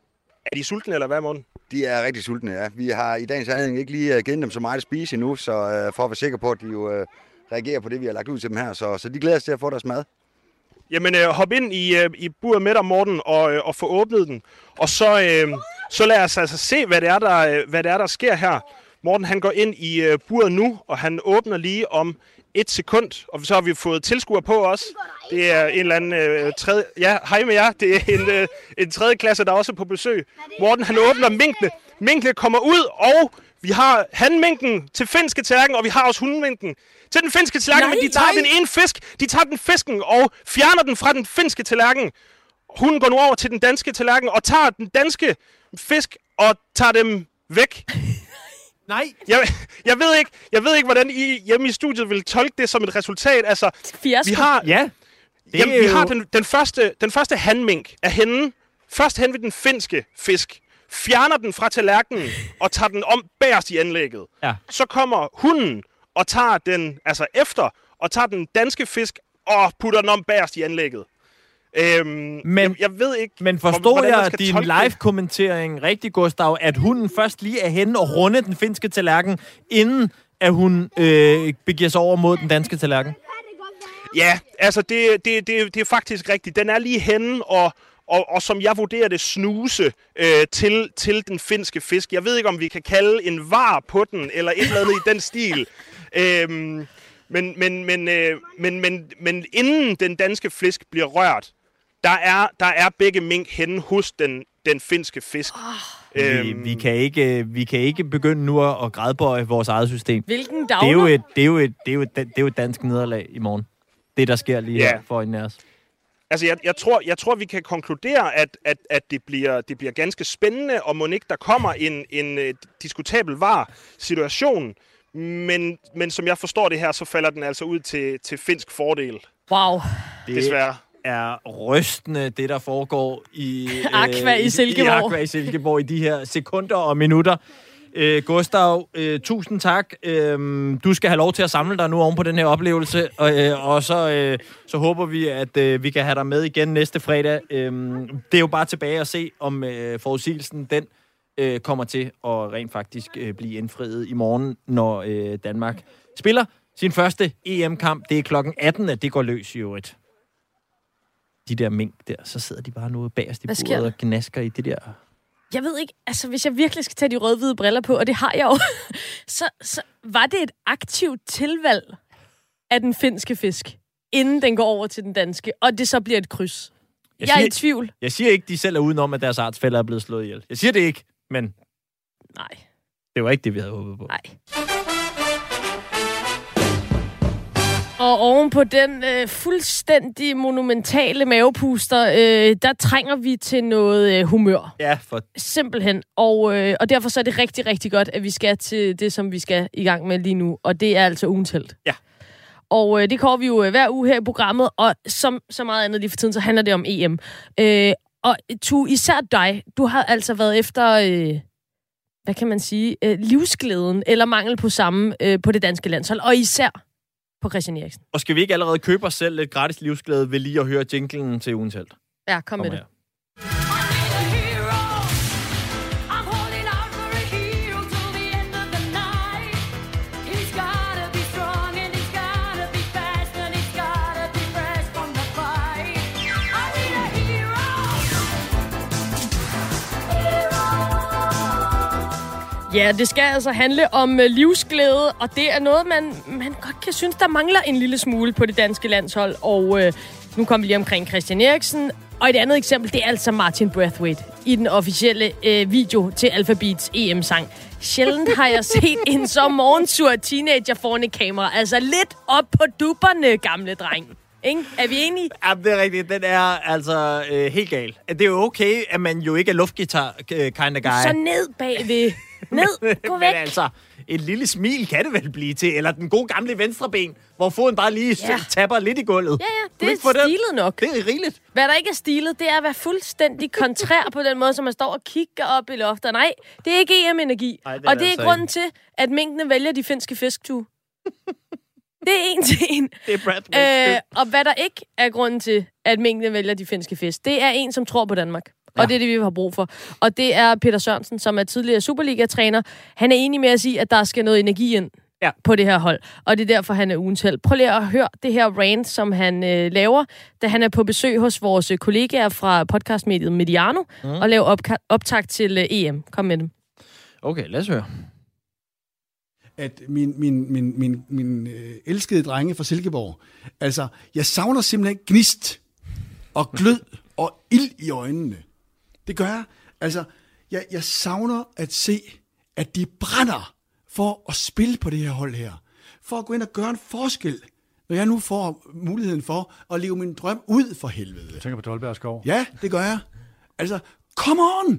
Speaker 9: Er de sultne, eller hvad, Morten?
Speaker 10: De er rigtig sultne, ja. Vi har i dagens anledning ikke lige uh, givet dem så meget at spise endnu, så uh, for at være sikker på, at de jo uh, reagerer på det, vi har lagt ud til dem her. Så, så de glæder sig til at få deres mad.
Speaker 9: Jamen, øh, hop ind i, øh, i buret med dig, Morten, og, øh, og få åbnet den. Og så, øh, så lad os altså se, hvad det, er, der, øh, hvad det er, der sker her. Morten, han går ind i øh, buret nu, og han åbner lige om et sekund. Og så har vi fået tilskuere på os. Det er en eller anden øh, tredje... Ja, hej med jer. Det er en, øh, en tredje klasse, der er også på besøg. Morten, han åbner minkene. Minkene kommer ud, og vi har hanminken til finske tallerken, og vi har også hundminken til den finske tallerken, men de tager nej. den ene fisk, de tager den fisken og fjerner den fra den finske tallerken. Hunden går nu over til den danske tallerken og tager den danske fisk og tager dem væk.
Speaker 2: Nej.
Speaker 9: Jeg, jeg, ved ikke, jeg ved ikke, hvordan I hjemme i studiet vil tolke det som et resultat. Altså,
Speaker 1: Fiasko.
Speaker 9: vi har,
Speaker 2: ja,
Speaker 9: jamen, vi har den, den, første, den første hanmink af hende. Først hen ved den finske fisk. Fjerner den fra tallerkenen og tager den om bagerst i anlægget.
Speaker 2: Ja.
Speaker 9: Så kommer hunden og tager den altså efter og tager den danske fisk og putter den om bagerst i anlægget. Øhm,
Speaker 2: men,
Speaker 9: jeg, jeg ved ikke...
Speaker 2: Men forstår jeg din live-kommentering rigtig, Gustav, at hunden først lige er henne og runde den finske tallerken, inden at hun øh, begiver sig over mod den danske tallerken?
Speaker 9: Ja, altså det, det, det, det er faktisk rigtigt. Den er lige henne og... Og, og som jeg vurderer det, snuse øh, til, til den finske fisk. Jeg ved ikke, om vi kan kalde en var på den, eller et eller andet i den stil. Øhm, men, men, men, øh, men, men, men inden den danske fisk bliver rørt, der er, der er begge mink henne hos den, den finske fisk.
Speaker 2: Oh. Øhm, vi, vi, kan ikke, vi kan ikke begynde nu at grædbøje vores eget system.
Speaker 1: Hvilken
Speaker 2: dagner? Det er jo et, det er jo et, det er jo et, det er jo et dansk nederlag i morgen. Det, der sker lige
Speaker 9: yeah.
Speaker 2: her for en af os.
Speaker 9: Altså, jeg, jeg, tror, jeg tror, vi kan konkludere, at, at, at det, bliver, det bliver ganske spændende, og må ikke der kommer en, en uh, diskutabel var-situation. Men, men som jeg forstår det her, så falder den altså ud til, til finsk fordel.
Speaker 1: Wow.
Speaker 2: Det
Speaker 9: desværre.
Speaker 2: Er rystende, det der foregår i
Speaker 1: Aqua
Speaker 2: øh,
Speaker 1: i Silkeborg.
Speaker 2: I Aqua i Silkeborg i de her sekunder og minutter. Øh, Gustav, øh, tusind tak. Øh, du skal have lov til at samle dig nu oven på den her oplevelse, og, øh, og så, øh, så håber vi, at øh, vi kan have dig med igen næste fredag. Øh, det er jo bare tilbage at se, om øh, forudsigelsen den øh, kommer til at rent faktisk øh, blive indfriet i morgen, når øh, Danmark spiller sin første E M-kamp. Det er klokken atten, at det går løs i øvrigt. De der mink der, så sidder de bare nu bagerst i bordet og gnasker i det der...
Speaker 1: Jeg ved ikke, altså hvis jeg virkelig skal tage de rød-hvide briller på, og det har jeg jo, så, så var det et aktivt tilvalg af den finske fisk, inden den går over til den danske, og det så bliver et kryds. Jeg, jeg siger, er i tvivl.
Speaker 2: Jeg siger ikke, de selv er udenom, at deres artsfæller er blevet slået ihjel. Jeg siger det ikke, men...
Speaker 1: Nej.
Speaker 2: Det var ikke det, vi havde håbet på.
Speaker 1: Nej. Og oven på den øh, fuldstændig monumentale mavepuster, øh, der trænger vi til noget øh, humør.
Speaker 2: Ja, for...
Speaker 1: Simpelthen. Og, øh, og derfor så er det rigtig, rigtig godt, at vi skal til det, som vi skal i gang med lige nu. Og det er altså ugens helt.
Speaker 2: Ja.
Speaker 1: Og øh, det kommer vi jo øh, hver uge her i programmet. Og som så meget andet lige for tiden, så handler det om E M. Øh, og Tu, især dig, du har altså været efter... Øh, hvad kan man sige? Øh, livsglæden eller mangel på samme øh, på det danske landshold. Og især... på Christian Eriksen.
Speaker 2: Og skal vi ikke allerede købe os selv lidt gratis livsglæde ved lige at høre jinglen til ugens helt?
Speaker 1: Ja, kom, kom med her. Det. Ja, det skal altså handle om uh, livsglæde, og det er noget, man, man godt kan synes, der mangler en lille smule på det danske landshold. Og uh, nu kommer vi lige omkring Christian Eriksen. Og et andet eksempel, det er altså Martin Braithwaite i den officielle uh, video til Alphabets E M-sang. Sjældent har jeg set en så morgensur teenager foran et kamera. Altså lidt op på dupperne, gamle dreng. Ikke? Er vi enige?
Speaker 2: Ja, det er rigtigt. Den er altså øh, helt gal. Det er jo okay, at man jo ikke er luftgitar øh, kind of guy.
Speaker 1: Så ned bagved. Ned. Gå væk.
Speaker 2: Men altså, et lille smil kan det vel blive til. Eller den gode gamle venstre ben, hvor foden bare lige ja. tapper lidt i gulvet.
Speaker 1: Ja, ja. Det er stilet nok.
Speaker 2: Det er rigeligt.
Speaker 1: Hvad der ikke er stilet, det er at være fuldstændig kontrær på den måde, som man står og kigger op i loftet. Nej, det er ikke E M-energi. Ej, det og det er altså grunden til, at minkene vælger de finske fisktue. Det er en til en.
Speaker 2: Det er Brad.
Speaker 1: Øh, og hvad der ikke er grunden til, at minkene vælger de finske fisk, det er en, som tror på Danmark. Og ja. det er det, vi har brug for. Og det er Peter Sørensen, som er tidligere Superliga-træner. Han er enig med at sige, at der skal noget energi ind ja. på det her hold. Og det er derfor, han er ugens held. Prøv lige at høre det her rant, som han øh, laver, da han er på besøg hos vores kollegaer fra podcastmediet Mediano, mm. og laver opka- optakt til øh, E M. Kom med dem.
Speaker 2: Okay, lad os høre.
Speaker 11: At min, min, min, min, min øh, elskede drenge fra Silkeborg, altså, jeg savner simpelthen gnist og glød og ild i øjnene. Det gør jeg. Altså, jeg, jeg savner at se, at de brænder for at spille på det her hold her. For at gå ind og gøre en forskel, når jeg nu får muligheden for at leve min drøm ud for helvede.
Speaker 12: Jeg tænker på Dolberg Skov.
Speaker 11: Ja, det gør jeg. Altså, come on!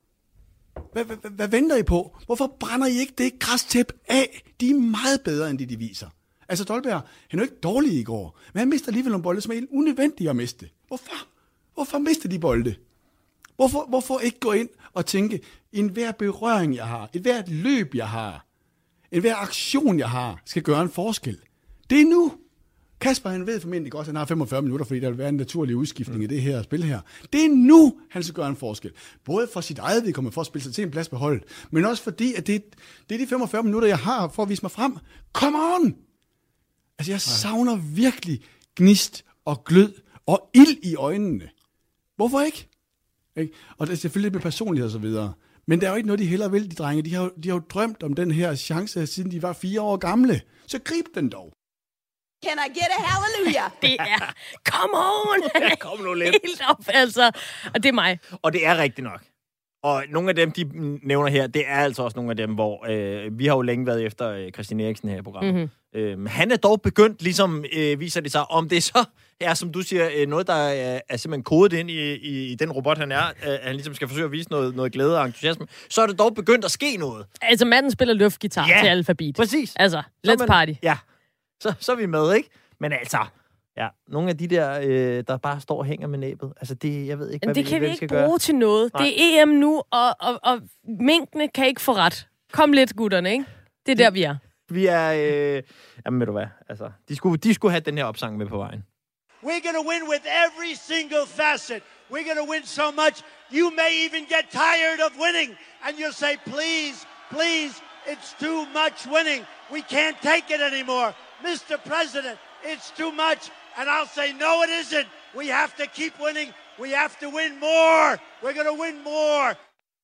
Speaker 11: Hvad, hvad, hvad venter I på? Hvorfor brænder I ikke det græstæp af? De er meget bedre, end de, de viser. Altså, Dolberg, han er jo ikke dårlig i går, men han mister alligevel nogle bolde, som er helt unødvendige at miste. Hvorfor? Hvorfor mister de bolde? Hvorfor, hvorfor ikke gå ind og tænke, en hver berøring, jeg har, et hvert løb, jeg har, en hver aktion, jeg har, skal gøre en forskel? Det er nu. Kasper, han ved formentlig også, at han har femogfyrre minutter, fordi der vil være en naturlig udskiftning mm. i det her spil her. Det er nu, han skal gøre en forskel. Både for sit eget vedkommende, for at spille sig til en plads på holdet, men også fordi, at det, det er de femogfyrre minutter, jeg har for at vise mig frem. Come on! Altså, jeg savner virkelig gnist og glød og ild i øjnene. Hvorfor ikke? ikke? Og det er selvfølgelig lidt med personlighed og så videre. Men der er jo ikke noget, de hellere vil, de drenge. De har, de har jo drømt om den her chance, siden de var fire år gamle. Så grib den dog.
Speaker 8: Can I get a hallelujah?
Speaker 1: Det er, come on!
Speaker 2: Ja, kom nu lidt.
Speaker 1: Helt op, altså. Og det er mig.
Speaker 2: Og det er rigtigt nok. Og nogle af dem, de nævner her, det er altså også nogle af dem, hvor øh, vi har jo længe været efter øh, Christian Eriksen her i programmet. Mm-hmm. Øh, han er dog begyndt, ligesom øh, viser det sig, om det så er, som du siger, øh, noget, der er, er simpelthen kodet ind i, i, i den robot, han er, øh, han ligesom skal forsøge at vise noget, noget glæde og entusiasme, så er det dog begyndt at ske noget.
Speaker 1: Altså, manden spiller luftgitar ja, til Alphabet.
Speaker 2: Præcis.
Speaker 1: Altså, let's man, party.
Speaker 2: Ja, så, så er vi med, ikke? Men altså... Ja, nogle af de der, øh, der bare står og hænger med næbet. Altså, det, jeg ved ikke, hvad
Speaker 1: det
Speaker 2: vi,
Speaker 1: kan
Speaker 2: vi
Speaker 1: vi ikke
Speaker 2: bruge
Speaker 1: gøre. Til noget. Nej. Det er E M nu, og, og, og minkene kan ikke få ret. Kom lidt, gutterne, ikke? Det er der, vi er.
Speaker 2: Vi er, øh, jamen ved du hvad, altså, de skulle, de skulle have den her opsang med på vejen.
Speaker 13: We're gonna win with every single facet. We're gonna win so much, you may even get tired of winning. And you'll say, please, please, it's too much winning. We can't take it anymore. Mister President, it's too much. And I'll say, no, it isn't. We have to keep winning. We have to win more. We're going to win more.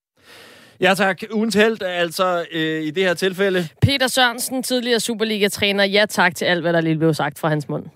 Speaker 2: Ja tak, ugens helt, altså øh, i det her tilfælde.
Speaker 1: Peter Sørensen, tidligere Superliga-træner. Ja tak til alt, hvad der lige blev sagt fra hans mund.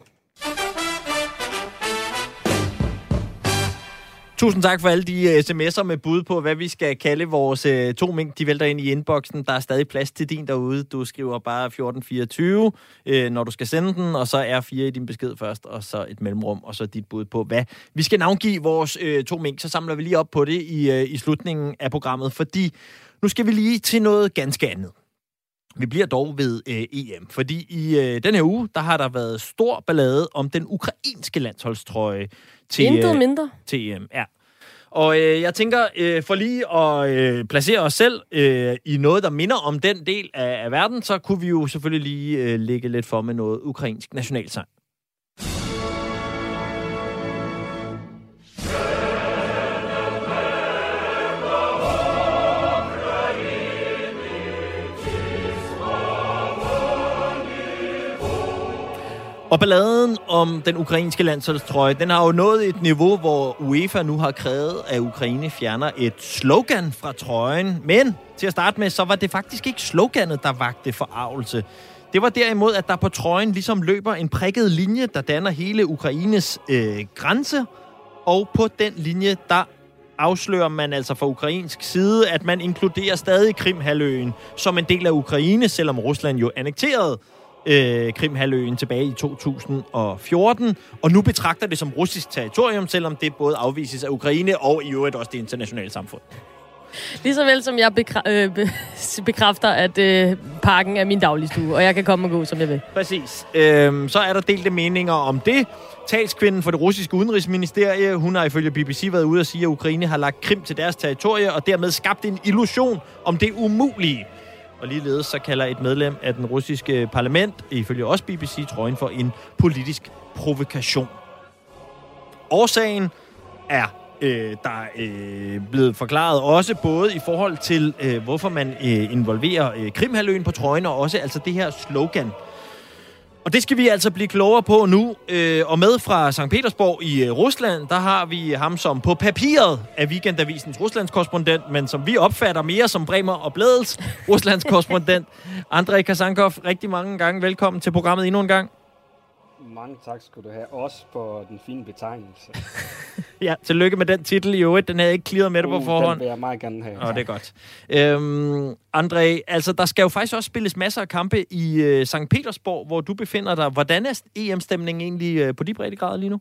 Speaker 2: Tusind tak for alle de sms'er med bud på, hvad vi skal kalde vores uh, to mink. De vælter ind i inboxen. Der er stadig plads til din derude. Du skriver bare fjorten fireogtyve, uh, når du skal sende den, og så er fire i din besked først, og så et mellemrum, og så dit bud på, hvad vi skal navngive vores uh, to mink. Så samler vi lige op på det i, uh, i slutningen af programmet, fordi nu skal vi lige til noget ganske andet. Vi bliver dog ved uh, E M, fordi i uh, den her uge, der har der været stor ballade om den ukrainske landsholdstrøje til,
Speaker 1: Intet mindre.
Speaker 2: til E M. Ja. Og øh, jeg tænker, øh, for lige at øh, placere os selv øh, i noget, der minder om den del af, af verden, så kunne vi jo selvfølgelig lige øh, lægge lidt for med noget ukrainsk nationalsang. Og balladen om den ukrainske landsholdstrøje, den har jo nået et niveau, hvor UEFA nu har krævet, at Ukraine fjerner et slogan fra trøjen. Men til at starte med, så var det faktisk ikke sloganet, der vagte forarvelse. Det var derimod, at der på trøjen ligesom løber en prikket linje, der danner hele Ukraines øh, grænse. Og på den linje, der afslører man altså fra ukrainsk side, at man inkluderer stadig Krimhalvøen som en del af Ukraine, selvom Rusland jo annekterede øh, Krimhalvøen tilbage i to tusind og fjorten. Og nu betragter det som russisk territorium, selvom det både afvises af Ukraine og i øvrigt også det internationale samfund.
Speaker 1: Ligeså vel som jeg bekræ- øh, be- bekræfter, at øh, parken er min dagligstue, og jeg kan komme og gå, som jeg vil.
Speaker 2: Præcis. Øhm, så er der delte meninger om det. Talskvinden for det russiske udenrigsministerie, hun har ifølge B B C været ude og sige, at Ukraine har lagt Krim til deres territorie, og dermed skabt en illusion om det umulige. Og ligeledes så kalder et medlem af den russiske parlament, ifølge også B B C, trøjen for en politisk provokation. Årsagen er Øh, der er øh, blevet forklaret også både i forhold til, øh, hvorfor man øh, involverer øh, Krimhalvøen på trøjen, og også altså det her slogan. Og det skal vi altså blive klogere på nu. Øh, og med fra Sankt Petersborg i øh, Rusland, der har vi ham som på papiret af Weekendavisens Ruslands korrespondent, men som vi opfatter mere som Bremer og Bladels Ruslands korrespondent, Andrej Kasankov. Rigtig mange gange velkommen til programmet endnu en gang.
Speaker 12: Mange tak skal du have, også på den fine betegnelse.
Speaker 2: Ja, tillykke med den titel i øvrigt. Den havde jeg ikke clearet med det
Speaker 12: uh,
Speaker 2: på forhånd.
Speaker 12: Den vil jeg meget gerne have.
Speaker 2: Åh, det er godt. Øhm, Andrej, altså der skal jo faktisk også spilles masser af kampe i øh, Sankt Petersborg, hvor du befinder dig. Hvordan er E M-stemningen egentlig øh, på de breddegrader lige nu?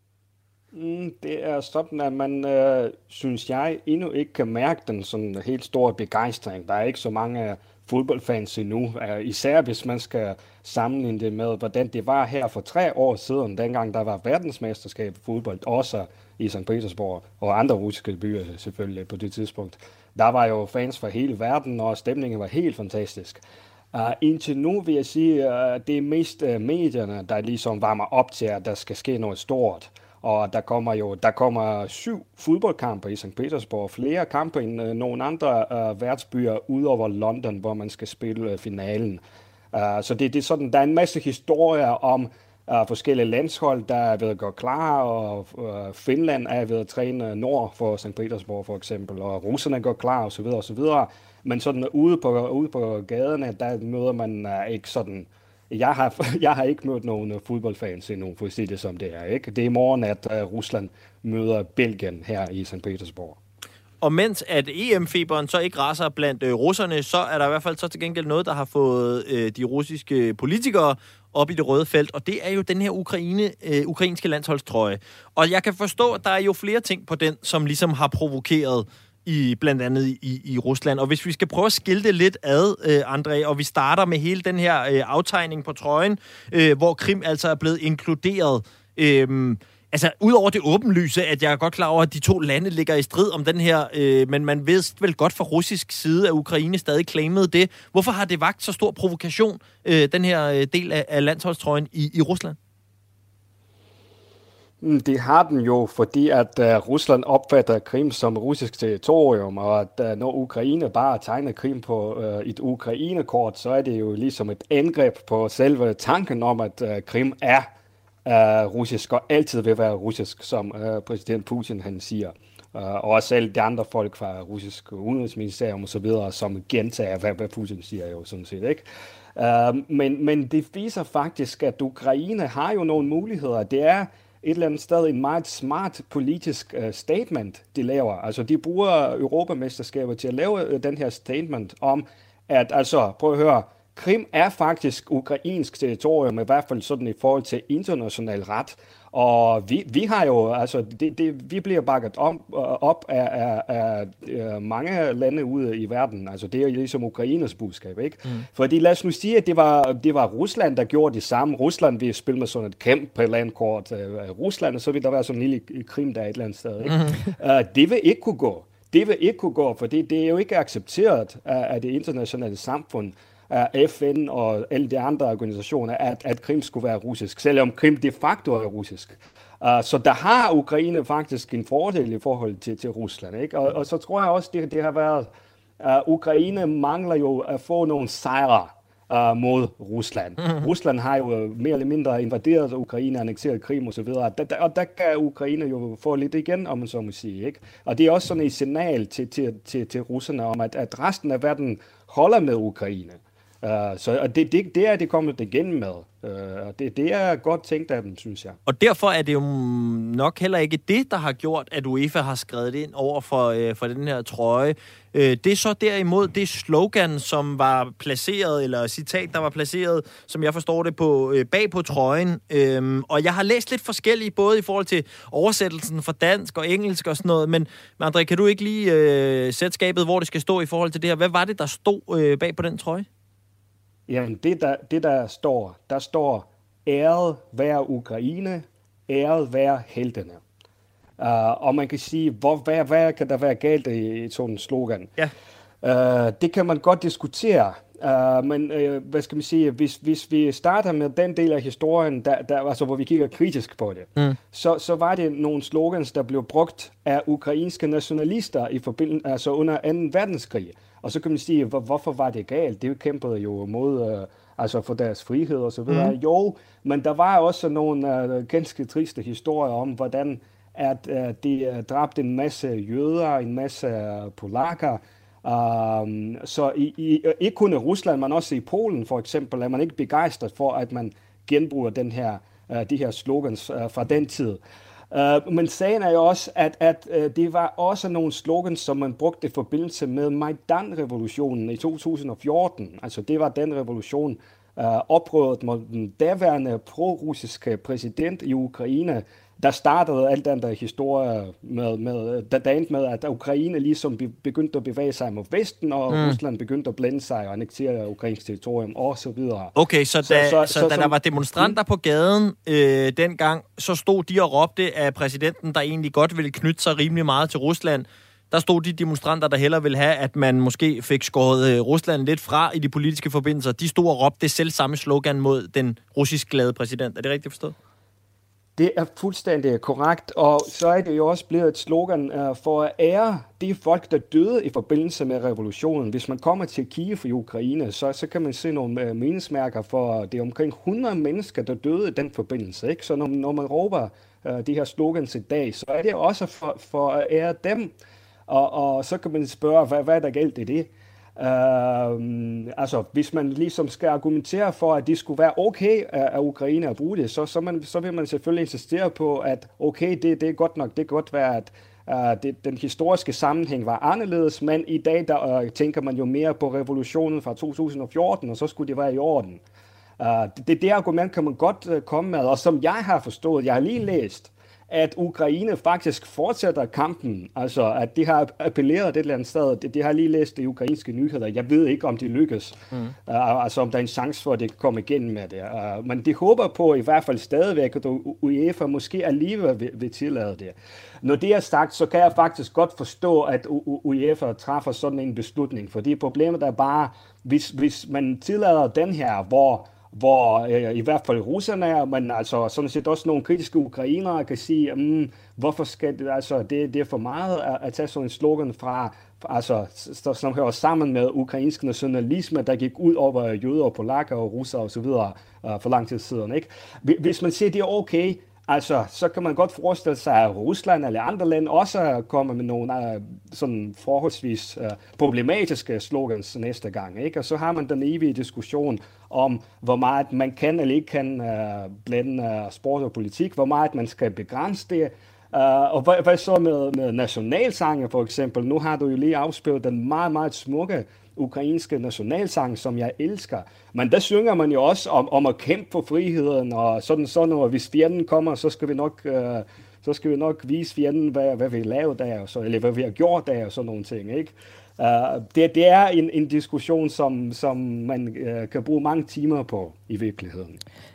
Speaker 12: Mm, det er sådan, at man, øh, synes jeg, endnu ikke kan mærke den sådan helt store begejstring. Der er ikke så mange fodboldfans endnu, især hvis man skal sammenligne det med, hvordan det var her for tre år siden, dengang der var verdensmesterskab i fodbold, også i Sankt Petersborg og andre russiske byer selvfølgelig på det tidspunkt. Der var jo fans fra hele verden, og stemningen var helt fantastisk. Uh, indtil nu vil jeg sige, at uh, det er mest uh, medierne, der ligesom varmer op til, at der skal ske noget stort. Og der kommer jo der kommer syv fodboldkampe i Sankt Petersborg, flere kampe end uh, nogle andre uh, værtsbyer udover London, hvor man skal spille uh, finalen. Uh, så det, det er sådan, der er en masse historier om uh, forskellige landshold, der er ved at gå klar, og uh, Finland er ved at træne nord for Sankt Petersborg for eksempel, og russerne går klar osv. osv. Men sådan ude på ude på gaderne, der møder man uh, ikke sådan. Jeg har, jeg har ikke mødt nogen fodboldfans endnu, for at sige det som det er. Ikke? Det er i morgen, at uh, Rusland møder Belgien her i Sankt Petersborg.
Speaker 2: Og mens at E M-feberen så ikke raser blandt øh, russerne, så er der i hvert fald så til gengæld noget, der har fået øh, de russiske politikere op i det røde felt, og det er jo den her Ukraine, øh, ukrainske landsholdstrøje. Og jeg kan forstå, at der er jo flere ting på den, som ligesom har provokeret i blandt andet i, i Rusland. Og hvis vi skal prøve at skille det lidt ad, øh, Andrej, og vi starter med hele den her øh, aftegning på trøjen, øh, hvor Krim altså er blevet inkluderet. Øh, altså, udover det åbenlyse, at jeg er godt klar over, at de to lande ligger i strid om den her, øh, men man ved vel godt fra russisk side, at Ukraine stadig claimede det. Hvorfor har det vakt så stor provokation, øh, den her del af, af landsholdstrøjen i, i Rusland?
Speaker 12: Det har den jo, fordi at uh, Rusland opfatter Krim som russisk territorium, og at uh, når Ukraine bare tegner Krim på uh, et Ukraine-kort, så er det jo ligesom et angreb på selve tanken om, at uh, Krim er uh, russisk og altid vil være russisk, som uh, præsident Putin han siger. Uh, og også alle de andre folk fra russisk udenrigsministerium og så videre, som gentager, hvad, hvad Putin siger jo sådan set, ikke? Uh, men, men det viser faktisk, at Ukraine har jo nogle muligheder. Det er et eller andet sted en meget smart politisk uh, statement, de laver. Altså, de bruger Europamesterskaber til at lave uh, den her statement om, at altså, prøv at høre, Krim er faktisk ukrainsk territorium, i hvert fald sådan i forhold til international ret. Og vi, vi har jo, altså, det, det, vi bliver bakket om, op af, af, af, af mange lande ude i verden. Altså, det er jo ligesom Ukraines budskab, ikke? Mm. Fordi lad os nu sige, at det var, det var Rusland, der gjorde det samme. Rusland vil spille med sådan et kæmpe landkort af Rusland, og så vil der være sådan en lille Krim der et eller andet sted, ikke? Mm. Uh, det vil ikke kunne gå. Det vil ikke kunne gå, for det, det er jo ikke accepteret af, af det internationale samfund, af F N og alle de andre organisationer, at, at Krim skulle være russisk, selvom Krim de facto er russisk. Uh, så der har Ukraine faktisk en fordel i forhold til, til Rusland, ikke? Og, og så tror jeg også, det, det har været, uh, Ukraine mangler jo at få nogle sejre. uh, mod Rusland. Mm-hmm. Rusland har jo mere eller mindre invaderet Ukraine, annekteret Krim osv., og der, og der kan Ukraine jo få lidt igen, om man så må sige. Ikke? Og det er også sådan et signal til, til, til, til russerne om, at, at resten af verden holder med Ukraine. Uh, så og det, det, det er det kommet igen med. Uh, og det, det er godt tænkt af dem, synes jeg.
Speaker 2: Og derfor er det jo nok heller ikke det, der har gjort, at UEFA har skrevet ind over for, øh, for den her trøje. Øh, det er så derimod det slogan, som var placeret, eller citat, der var placeret, som jeg forstår det, på, øh, bag på trøjen. Øh, og jeg har læst lidt forskellige, både i forhold til oversættelsen fra dansk og engelsk og sådan noget. Men, men André, kan du ikke lige øh, sætte skabet, hvor det skal stå i forhold til det her? Hvad var det, der stod øh, bag på den trøje?
Speaker 12: Jamen, det der, det der står, der står, æret være Ukraine, æret være heltene. Uh, og man kan sige, hvor, hvad, hvad kan der være galt i et sådan slogan?
Speaker 2: Ja.
Speaker 12: Uh, det kan man godt diskutere, uh, men uh, hvad skal man sige, hvis, hvis vi starter med den del af historien, der, der, altså, hvor vi kigger kritisk på det, mm. så, så var det nogle slogans, der blev brugt af ukrainske nationalister i forbindelse, altså under anden verdenskrig. Og så kan man sige, hvor, hvorfor var det galt? Det kæmpede jo mod, øh, altså for deres frihed og så videre. Mm. Jo, men der var også nogle øh, ganske triste historier om, hvordan at øh, de øh, dræbte en masse jøder, en masse øh, polakker. Um, så i, i, ikke kun i Rusland, men også i Polen for eksempel, er man ikke begejstret for, at man genbruger den her, øh, de her slogans øh, fra den tid. Uh, men sagen er jo også, at, at uh, det var også nogle slogans, som man brugte i forbindelse med Majdan-revolutionen i to tusind og fjorten. Altså det var den revolution, uh, oprøret mod den daværende pro-russiske præsident i Ukraine, der startede alt den der historie med, med, der, der endte med, at Ukraine ligesom begyndte at bevæge sig mod Vesten, og mm. Rusland begyndte at blande sig og annektere ukrainsk territorium og så videre.
Speaker 2: Okay, så da, så, så, så, så, da der var demonstranter på gaden øh, dengang, så stod de og råbte af præsidenten, der egentlig godt ville knytte sig rimelig meget til Rusland. Der stod de demonstranter, der hellere ville have, at man måske fik skåret øh, Rusland lidt fra i de politiske forbindelser. De stod og råbte det selv samme slogan mod den russisk glade præsident. Er det rigtigt forstået?
Speaker 12: Det er fuldstændig korrekt, og så er det jo også blevet et slogan uh, for at ære de folk, der døde i forbindelse med revolutionen. Hvis man kommer til Kiev i Ukraine, så, så kan man se nogle uh, mindesmærker for, det er omkring hundrede mennesker, der døde i den forbindelse. Ikke? Så når, når man råber uh, de her slogans i dag, så er det også for, for at ære dem. Og, og så kan man spørge, hvad, hvad er der galt i det? Uh, altså, hvis man ligesom skal argumentere for, at det skulle være okay af Ukraine at bruge det, så, så, man, så vil man selvfølgelig insistere på, at okay, det, det er godt nok, det kan godt være, at uh, det, den historiske sammenhæng var anderledes, men i dag der, uh, tænker man jo mere på revolutionen fra to tusind og fjorten, og så skulle det være i orden. Uh, det, det argument kan man godt uh, komme med, og som jeg har forstået, jeg har lige læst, at Ukraine faktisk fortsætter kampen, altså at de har appelleret et eller andet sted. De, de har lige læst de ukrainske nyheder. Jeg ved ikke, om de lykkes. Mm. Uh, altså om der er en chance for, at de kommer igennem med det. Uh, men de håber på i hvert fald stadigvæk, at UEFA måske alligevel vil, vil tillade det. Når det er sagt, så kan jeg faktisk godt forstå, at UEFA træffer sådan en beslutning. Fordi problemet er bare, hvis, hvis man tillader den her, hvor hvor øh, i hvert fald russerne er, men altså sådan set også nogle kritiske ukrainere kan sige, mm, hvorfor skal det, altså det, det er for meget at, at tage sådan en slogan fra, altså som hører sammen med ukrainsk nationalisme, der gik ud over jøder og polakker og russere og så videre uh, for lang tid siden, ikke? Hvis man siger, det er okay, altså, så kan man godt forestille sig, at Rusland eller andre lande også kommer med nogle uh, sådan forholdsvis uh, problematiske slogans næste gang, ikke? Og så har man den evige diskussion om, hvor meget man kan eller ikke kan uh, blande uh, sport og politik, hvor meget man skal begrænse det. Uh, og hvad, hvad så med, med nationalsange for eksempel? Nu har du jo lige afspillet den meget, meget smukke ukrainske nationalsang, som jeg elsker. Men der synger man jo også om, om at kæmpe for friheden, og sådan sådan, og hvis fjenden kommer, så skal vi nok, uh, så skal vi nok vise fjenden, hvad, hvad vi laver der, og så, eller hvad vi har gjort der, og sådan nogle ting, ikke? Uh, det, det er en, en diskussion, som, som man uh, kan bruge mange timer på i virkeligheden.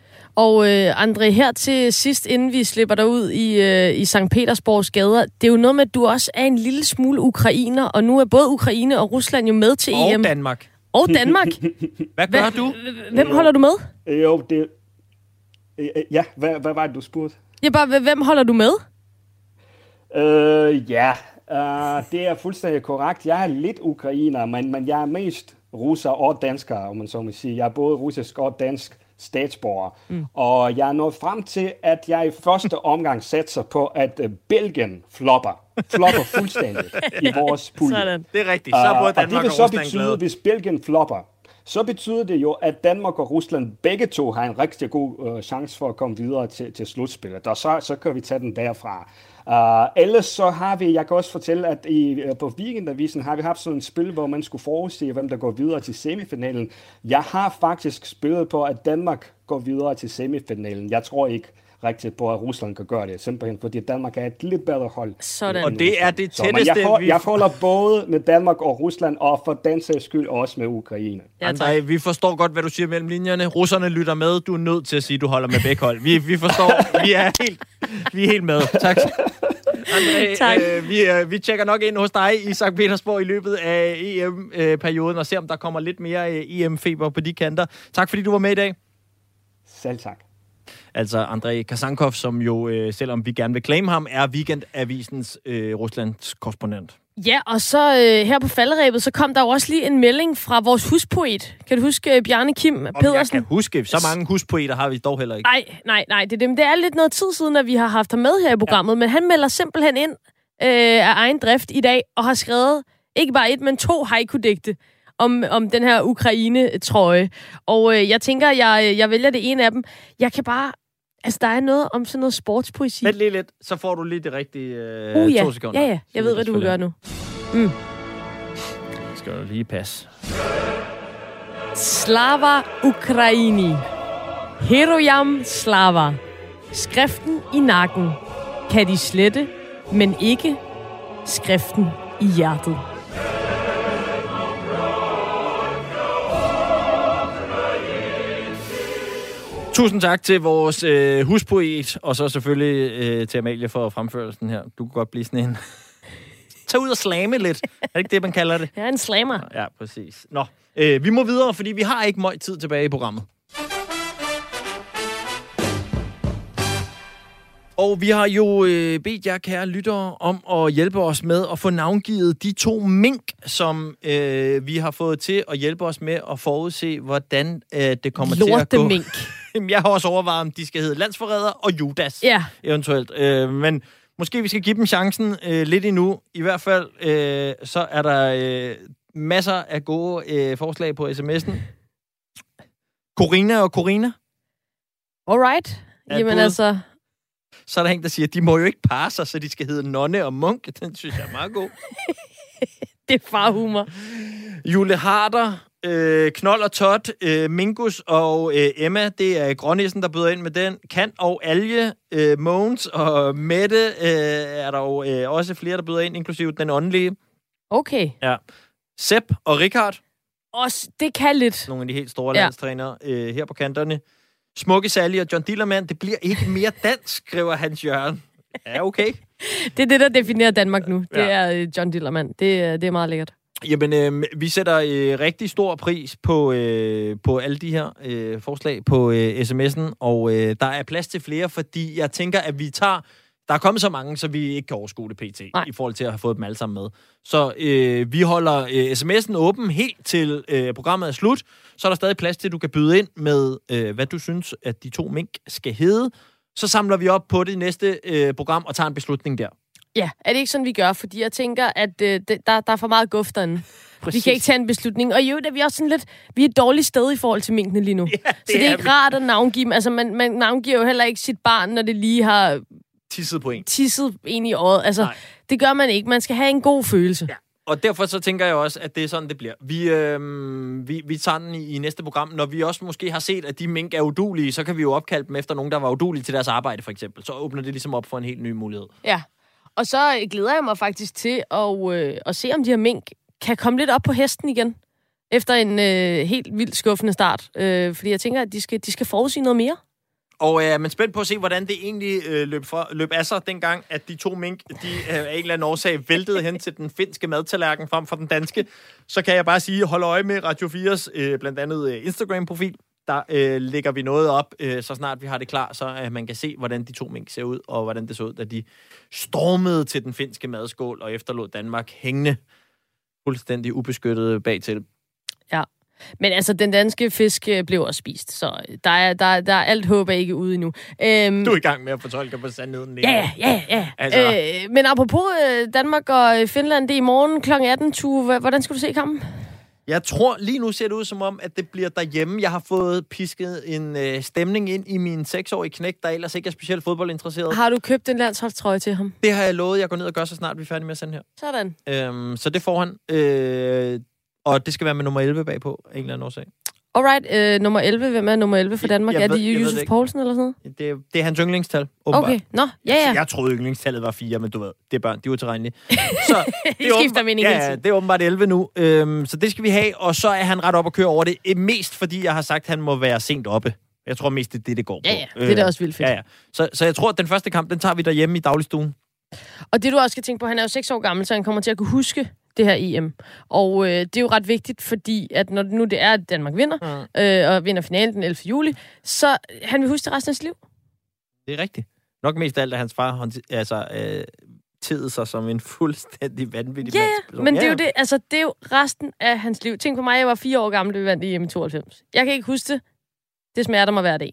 Speaker 1: Og øh, André, her til sidst, inden vi slipper dig ud i, øh, i Sankt Petersborgs gader, det er jo noget med, at du også er en lille smule ukrainer, og nu er både Ukraine og Rusland jo med til
Speaker 2: og
Speaker 1: E M.
Speaker 2: Og Danmark.
Speaker 1: Og Danmark.
Speaker 2: Hvad gør du?
Speaker 1: Hvem holder du med?
Speaker 12: Jo, det... Ja, hvad, hvad var det, du spurgte?
Speaker 1: Ja, bare, hvem holder du med?
Speaker 12: Øh, ja, uh, det er fuldstændig korrekt. Jeg er lidt ukrainer, men, men jeg er mest russer og dansker, om man så må sige. Jeg er både russisk og dansk statsborger. Mm. Og jeg er nået frem til, at jeg i første omgang satser på, at uh, Belgien flopper. Flopper fuldstændig i vores pulje.
Speaker 2: Sådan. Det er rigtigt. Så både Danmark
Speaker 12: og det vil
Speaker 2: og
Speaker 12: så
Speaker 2: Rusland
Speaker 12: betyde,
Speaker 2: glade.
Speaker 12: hvis Belgien flopper, så betyder det jo, at Danmark og Rusland begge to har en rigtig god uh, chance for at komme videre til, til slutspillet. Og så, så kan vi tage den derfra. Uh, ellers så har vi, jeg kan også fortælle, at i, uh, på Weekendavisen har vi haft sådan et spil, hvor man skulle forudse, hvem der går videre til semifinalen. Jeg har faktisk spillet på, at Danmark går videre til semifinalen. Jeg tror ikke rigtigt på, at Rusland kan gøre det, simpelthen fordi Danmark er et lidt bedre hold.
Speaker 1: Sådan.
Speaker 2: Og det er det tætteste,
Speaker 12: så, jeg, for,
Speaker 2: vi...
Speaker 12: jeg holder både med Danmark og Rusland, og for den sags skyld også med Ukraine.
Speaker 2: Ja, André, vi forstår godt, hvad du siger mellem linjerne. Russerne lytter med. Du er nødt til at sige, at du holder med begge hold. Vi, vi forstår. Vi er helt, vi er helt med. Tak. André, tak. Øh, vi, øh, vi tjekker nok ind hos dig i Sankt Petersborg i løbet af E M-perioden, og ser, om der kommer lidt mere øh, E M-feber på de kanter. Tak, fordi du var med i dag.
Speaker 12: Selv tak.
Speaker 2: Altså André Kasankov, som jo, øh, selvom vi gerne vil claim ham, er Weekendavisens øh, Ruslands korrespondent.
Speaker 1: Ja, og så øh, her på falderæbet, så kom der jo også lige en melding fra vores huspoet. Kan du huske Bjarne Kim Om Pedersen?
Speaker 2: Jeg kan huske. Så mange huspoeter har vi dog heller ikke.
Speaker 1: Nej, nej, nej. Det, det, det er lidt noget tid siden, at vi har haft ham med her i programmet, ja. Men han melder simpelthen ind øh, af egen drift i dag, og har skrevet ikke bare et, men to haiku-digte om, om den her Ukraine-trøje. Og øh, jeg tænker, jeg, jeg vælger det ene af dem. Jeg kan bare... Altså, der er noget om sådan noget sportspoesi.
Speaker 2: Vent lige lidt, så får du lige det rigtige øh,
Speaker 1: uh, ja.
Speaker 2: to sekunder.
Speaker 1: Ja, ja. Jeg ved, hvad du vil gøre nu. Mm.
Speaker 2: Skal du lige passe.
Speaker 1: Slava Ukraini. Heroyam Slava. Skriften i nakken. Kan de slette, men ikke skriften i hjertet.
Speaker 2: Tusind tak til vores øh, huspoet, og så selvfølgelig øh, til Amalie for fremførelsen her. Du kan godt blive sådan en... Tag ud og slame lidt. Er det ikke det, man kalder det?
Speaker 1: Ja, en slammer.
Speaker 2: Ja, præcis. Nå, øh, vi må videre, fordi vi har ikke meget tid tilbage i programmet. Og vi har jo øh, bedt jer, kære lyttere, om at hjælpe os med at få navngivet de to mink, som øh, vi har fået til at hjælpe os med at forudse, hvordan øh, det kommer
Speaker 1: Lorte
Speaker 2: til at gå.
Speaker 1: Mink.
Speaker 2: Jeg har også overvejet, om de skal hedde Landsforræder og Judas,
Speaker 1: ja.
Speaker 2: eventuelt. Øh, men måske vi skal give dem chancen øh, lidt endnu. I hvert fald, øh, så er der øh, masser af gode øh, forslag på sms'en. Corina og Corina.
Speaker 1: Alright. Jamen både... altså...
Speaker 2: Så er der en, der siger, at de må jo ikke parre sig, så de skal hedde Nonne og Munk. Den synes jeg er meget god.
Speaker 1: Det er farhumor.
Speaker 2: Jule Harder, øh, Knold og Tot, øh, Mingus og øh, Emma, det er Grånissen, der byder ind med den. Kant og Alje, øh, Mogens og Mette, øh, er der jo øh, også flere, der byder ind, inklusive den åndelige.
Speaker 1: Okay.
Speaker 2: Ja. Sepp og Richard.
Speaker 1: Også, det kan lidt.
Speaker 2: Nogle af de helt store ja. landstrænere øh, her på kanterne. Smukke Sally og John Dillermand, det bliver ikke mere dansk, skriver Hans Jørgen. Ja, okay.
Speaker 1: Det er det, der definerer Danmark nu. Det
Speaker 2: ja.
Speaker 1: er John Dillermand. Det, det er meget lækkert.
Speaker 2: Jamen, øh, vi sætter øh, rigtig stor pris på, øh, på alle de her øh, forslag på øh, sms'en, og øh, der er plads til flere, fordi jeg tænker, at vi tager... Der er kommet så mange, så vi ikke kan overskue det pt. Nej. I forhold til at have fået dem alle sammen med. Så øh, vi holder øh, sms'en åben helt til øh, programmet er slut. Så er der stadig plads til, at du kan byde ind med, øh, hvad du synes, at de to mink skal hedde. Så samler vi op på det næste øh, program og tager en beslutning der.
Speaker 1: Ja, er det ikke sådan, vi gør? Fordi jeg tænker, at øh, det, der, der er for meget guft derinde. Vi kan ikke tage en beslutning. Og jo, er vi også sådan lidt... Vi er et dårligt sted i forhold til minkene lige nu. Ja, det så det er ikke vi. Rart at navngive dem. Altså, man, man navngiver jo heller ikke sit barn, når det lige har...
Speaker 2: Tisset på en.
Speaker 1: Tisset en i øjet. Altså, nej. Det gør man ikke. Man skal have en god følelse.
Speaker 2: Ja. Og derfor så tænker jeg også, at det er sådan, det bliver. Vi, øh, vi, vi tager den i, i næste program. Når vi også måske har set, at de mink er udulige, så kan vi jo opkalde dem efter nogen, der var udulige til deres arbejde, for eksempel. Så åbner det ligesom op for en helt ny mulighed.
Speaker 1: Ja. Og så glæder jeg mig faktisk til at, øh, at se, om de her mink kan komme lidt op på hesten igen. Efter en øh, helt vildt skuffende start. Øh, fordi jeg tænker, at de skal, de skal forudsige noget mere.
Speaker 2: Og er øh, man spændt på at se, hvordan det egentlig øh, løb, fra, løb af sig dengang, at de to mink, de øh, af en eller anden årsag væltede hen til den finske madtallerken frem for den danske, så kan jeg bare sige, hold øje med Radio fires øh, blandt andet øh, Instagram-profil. Der øh, lægger vi noget op, øh, så snart vi har det klar, så øh, man kan se, hvordan de to mink ser ud, og hvordan det så ud, da de stormede til den finske madskål og efterlod Danmark hængende fuldstændig ubeskyttet bagtil.
Speaker 1: Ja. Men altså, den danske fisk blev også spist, så der er, der, der er alt håb er ikke ude endnu. Øhm,
Speaker 2: du er i gang med at fortolke på sandheden.
Speaker 1: Ja, ja, ja. Altså. Øh, men apropos Danmark og Finland, det er i morgen klokken atten. Tue, hvordan skal du se kampen?
Speaker 2: Jeg tror, lige nu ser det ud som om, at det bliver derhjemme. Jeg har fået pisket en øh, stemning ind i min seksårige knæk, der ellers ikke er specielt fodboldinteresseret.
Speaker 1: Har du købt en landsholdstrøje til ham?
Speaker 2: Det har jeg lovet, jeg går ned og gør, så snart vi er færdige med at sende her.
Speaker 1: Sådan.
Speaker 2: Øhm, så det får han. Øh, og det skal være med nummer elleve bagpå, af en eller anden årsag.
Speaker 1: Alright, øh, nummer elleve. Hvem er nummer elleve for Danmark? Jeg er det Josef Poulsen eller sådan noget?
Speaker 2: Det, det er hans yndlingstal,
Speaker 1: åbenbart. Okay, nå, ja, ja.
Speaker 2: Jeg troede, yndlingstallet var fire, men du ved, det er børn, de er utilregnelige. Så
Speaker 1: det er skifter mening
Speaker 2: ja, ja, det er åbenbart elleve nu. Øhm, så det skal vi have, og så er han ret op at køre over det. Mest fordi jeg har sagt, at han må være sent oppe. Jeg tror mest, det er det, det går på.
Speaker 1: Ja, ja, det er da også vildt fedt.
Speaker 2: Ja, ja. Så, så jeg tror, at den første kamp, den tager vi derhjemme i dagligstuen.
Speaker 1: Og det du også skal tænke på, han er jo seks år gammel, så han kommer til at kunne huske det her E M. Og øh, det er jo ret vigtigt, fordi at når nu det er, at Danmark vinder, mm. øh, og vinder finalen den ellevte juli, så han vil huske det resten af sit liv.
Speaker 2: Det er rigtigt. Nok mest af alt, at hans far altså, øh, tidede sig som en fuldstændig vanvittig
Speaker 1: yeah,
Speaker 2: mandsperson.
Speaker 1: Men det er jo det, altså, det er jo resten af hans liv. Tænk på mig, jeg var fire år gammel, da vi vandt i E M i tooghalvfems. Jeg kan ikke huske det. Det smerter mig hver dag.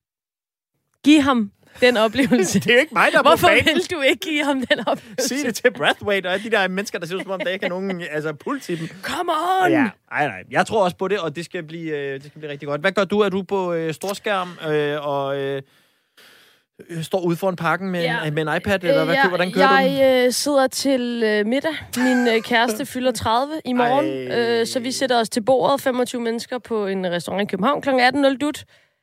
Speaker 1: Giv ham den oplevelse.
Speaker 2: Det er jo ikke mig, der er
Speaker 1: Hvorfor
Speaker 2: på banen.
Speaker 1: vil du ikke give ham den oplevelse?
Speaker 2: Sig det til Brathwaite og de der mennesker, der ser ud som om, der ikke er nogen altså, puls i dem.
Speaker 1: Come on!
Speaker 2: Ja, nej, nej. Jeg tror også på det, og det skal blive, øh, det skal blive rigtig godt. Hvad gør du? Er du på øh, storskærm øh, og øh, står ude foran parken med, ja. en, med en iPad? Eller hvad,
Speaker 1: ja,
Speaker 2: hvordan kører
Speaker 1: jeg,
Speaker 2: du
Speaker 1: Jeg øh, sidder til øh, middag. Min øh, kæreste fylder tredive i morgen, øh, så vi sætter os til bordet. femogtyve mennesker på en restaurant i København klokken atten nul dut.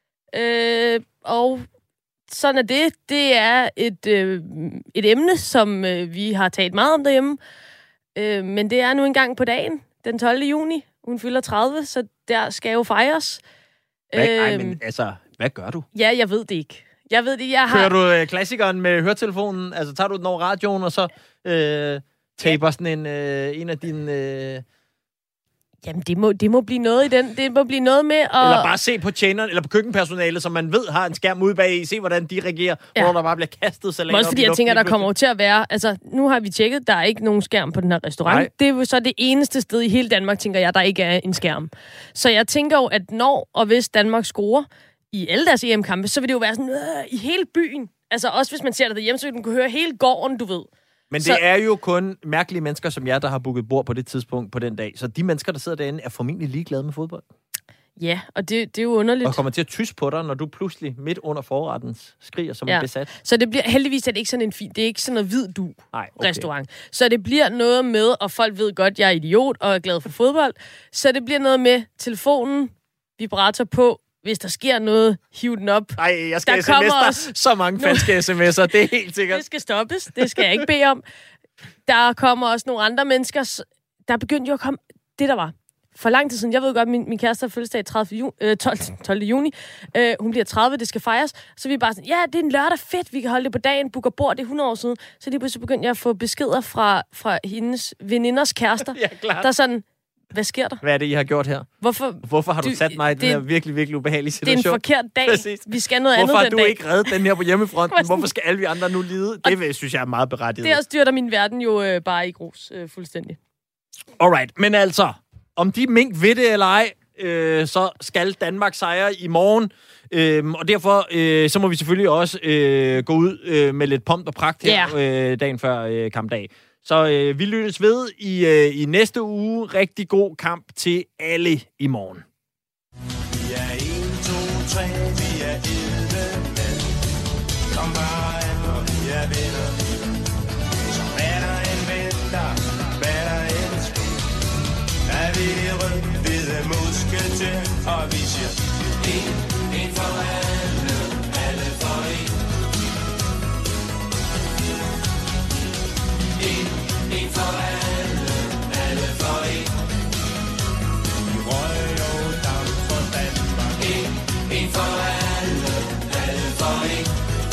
Speaker 1: Øh, og sådan er det. Det er et, øh, et emne, som øh, vi har talt meget om derhjemme. Øh, men det er nu engang på dagen, den tolvte juni. Hun fylder tredive, så der skal jo fejres.
Speaker 2: Hvad, øh, ej, men altså, hvad gør du?
Speaker 1: Ja, jeg ved det ikke. Jeg ved det, jeg har...
Speaker 2: Kører du øh, klassikeren med høretelefonen? Altså, tager du den over radioen, og så øh, taber sådan en, øh, en af dine... Øh...
Speaker 1: Jamen, det må, det må blive noget i den. Det må blive noget med at...
Speaker 2: Eller bare se på tjeneren, eller på køkkenpersonalet, som man ved har en skærm ude bag i. Se, hvordan de reagerer, ja. Hvor der bare bliver kastet salater.
Speaker 1: Også fordi jeg tænker, der kommer til at være... Altså, nu har vi tjekket, der er ikke nogen skærm på den her restaurant. Nej. Det er jo så det eneste sted i hele Danmark, tænker jeg, der ikke er en skærm. Så jeg tænker jo, at når og hvis Danmark scorer i alle deres E M-kampe, så vil det jo være sådan øh, i hele byen. Altså, også hvis man ser det derhjemme, så vil du kunne høre hele gården, du ved.
Speaker 2: Men
Speaker 1: så...
Speaker 2: det er jo kun mærkelige mennesker som jer, der har booket bord på det tidspunkt på den dag. Så de mennesker, der sidder derinde, er formentlig ligeglade med fodbold.
Speaker 1: Ja, og det, det er jo underligt.
Speaker 2: Og kommer til at tysse på dig, når du pludselig midt under forretten skriger som ja. en besat.
Speaker 1: Så det bliver heldigvis er det ikke sådan en fin, det er ikke sådan noget hvid du okay. restaurant. Så det bliver noget med, og folk ved godt, jeg er idiot og er glad for fodbold. Så det bliver noget med telefonen, vibrator på. Hvis der sker noget, hiv den op.
Speaker 2: Ej, jeg skal sms'er så mange falske sms'er, det er helt sikkert.
Speaker 1: Det skal stoppes, det skal jeg ikke bede om. Der kommer også nogle andre mennesker, der begyndte jo at komme... Det der var for lang tid siden, jeg ved godt, min, min kæreste har fødselsdag tolvte juni. Øh, hun bliver tredive, det skal fejres. Så vi er bare sådan, ja, det er en lørdag, fedt, vi kan holde det på dagen, booker bord, det er hundrede år siden. Så lige pludselig begyndte jeg at få beskeder fra, fra hendes veninders kærester.
Speaker 2: Ja, klart.
Speaker 1: Der er sådan... Hvad sker der?
Speaker 2: Hvad er det, I har gjort her?
Speaker 1: Hvorfor,
Speaker 2: Hvorfor har du, du sat mig i den her virkelig, virkelig ubehagelige situation?
Speaker 1: Det er en forkert dag. Præcis. Vi skal noget
Speaker 2: Hvorfor
Speaker 1: andet den dag.
Speaker 2: Hvorfor har du ikke reddet den her på hjemmefronten? Hvorfor skal alle vi andre nu lide? Det vil, synes jeg er meget berettiget.
Speaker 1: Det styrter min verden jo øh, bare i grus øh, fuldstændig.
Speaker 2: Alright, men altså, om de mink ved det eller ej, øh, så skal Danmark sejre i morgen. Øhm, og derfor øh, så må vi selvfølgelig også øh, gå ud øh, med lidt pomp og pragt her yeah. øh, dagen før øh, kampdag. Så øh, vi lyttes ved i, øh, i næste uge. Rigtig god kamp til alle i morgen.
Speaker 14: Vi er en, to, tre, vi er elleve mænd. Kom bare an, og vi er venner. Så hvad der end venter, hvad der end sker. Er vi det rød-hvide musketer, og vi siger en, en for alle, alle for en. En, en for alle, alle for en. Vi røg og damp for Danmark. En, en for alle, alle for en.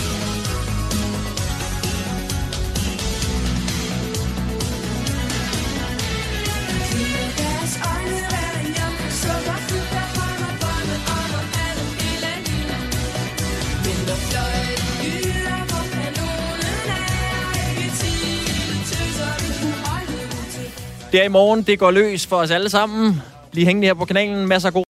Speaker 14: Kigger deres øjne hver jam, sukker fyldt af hånd og båndet om og alle lille lille. Vinterfløjt, gyder på kanonen er ikke tid.
Speaker 2: Det er i morgen, det går løs for os alle sammen. Lige hængende her på kanalen. Masser af god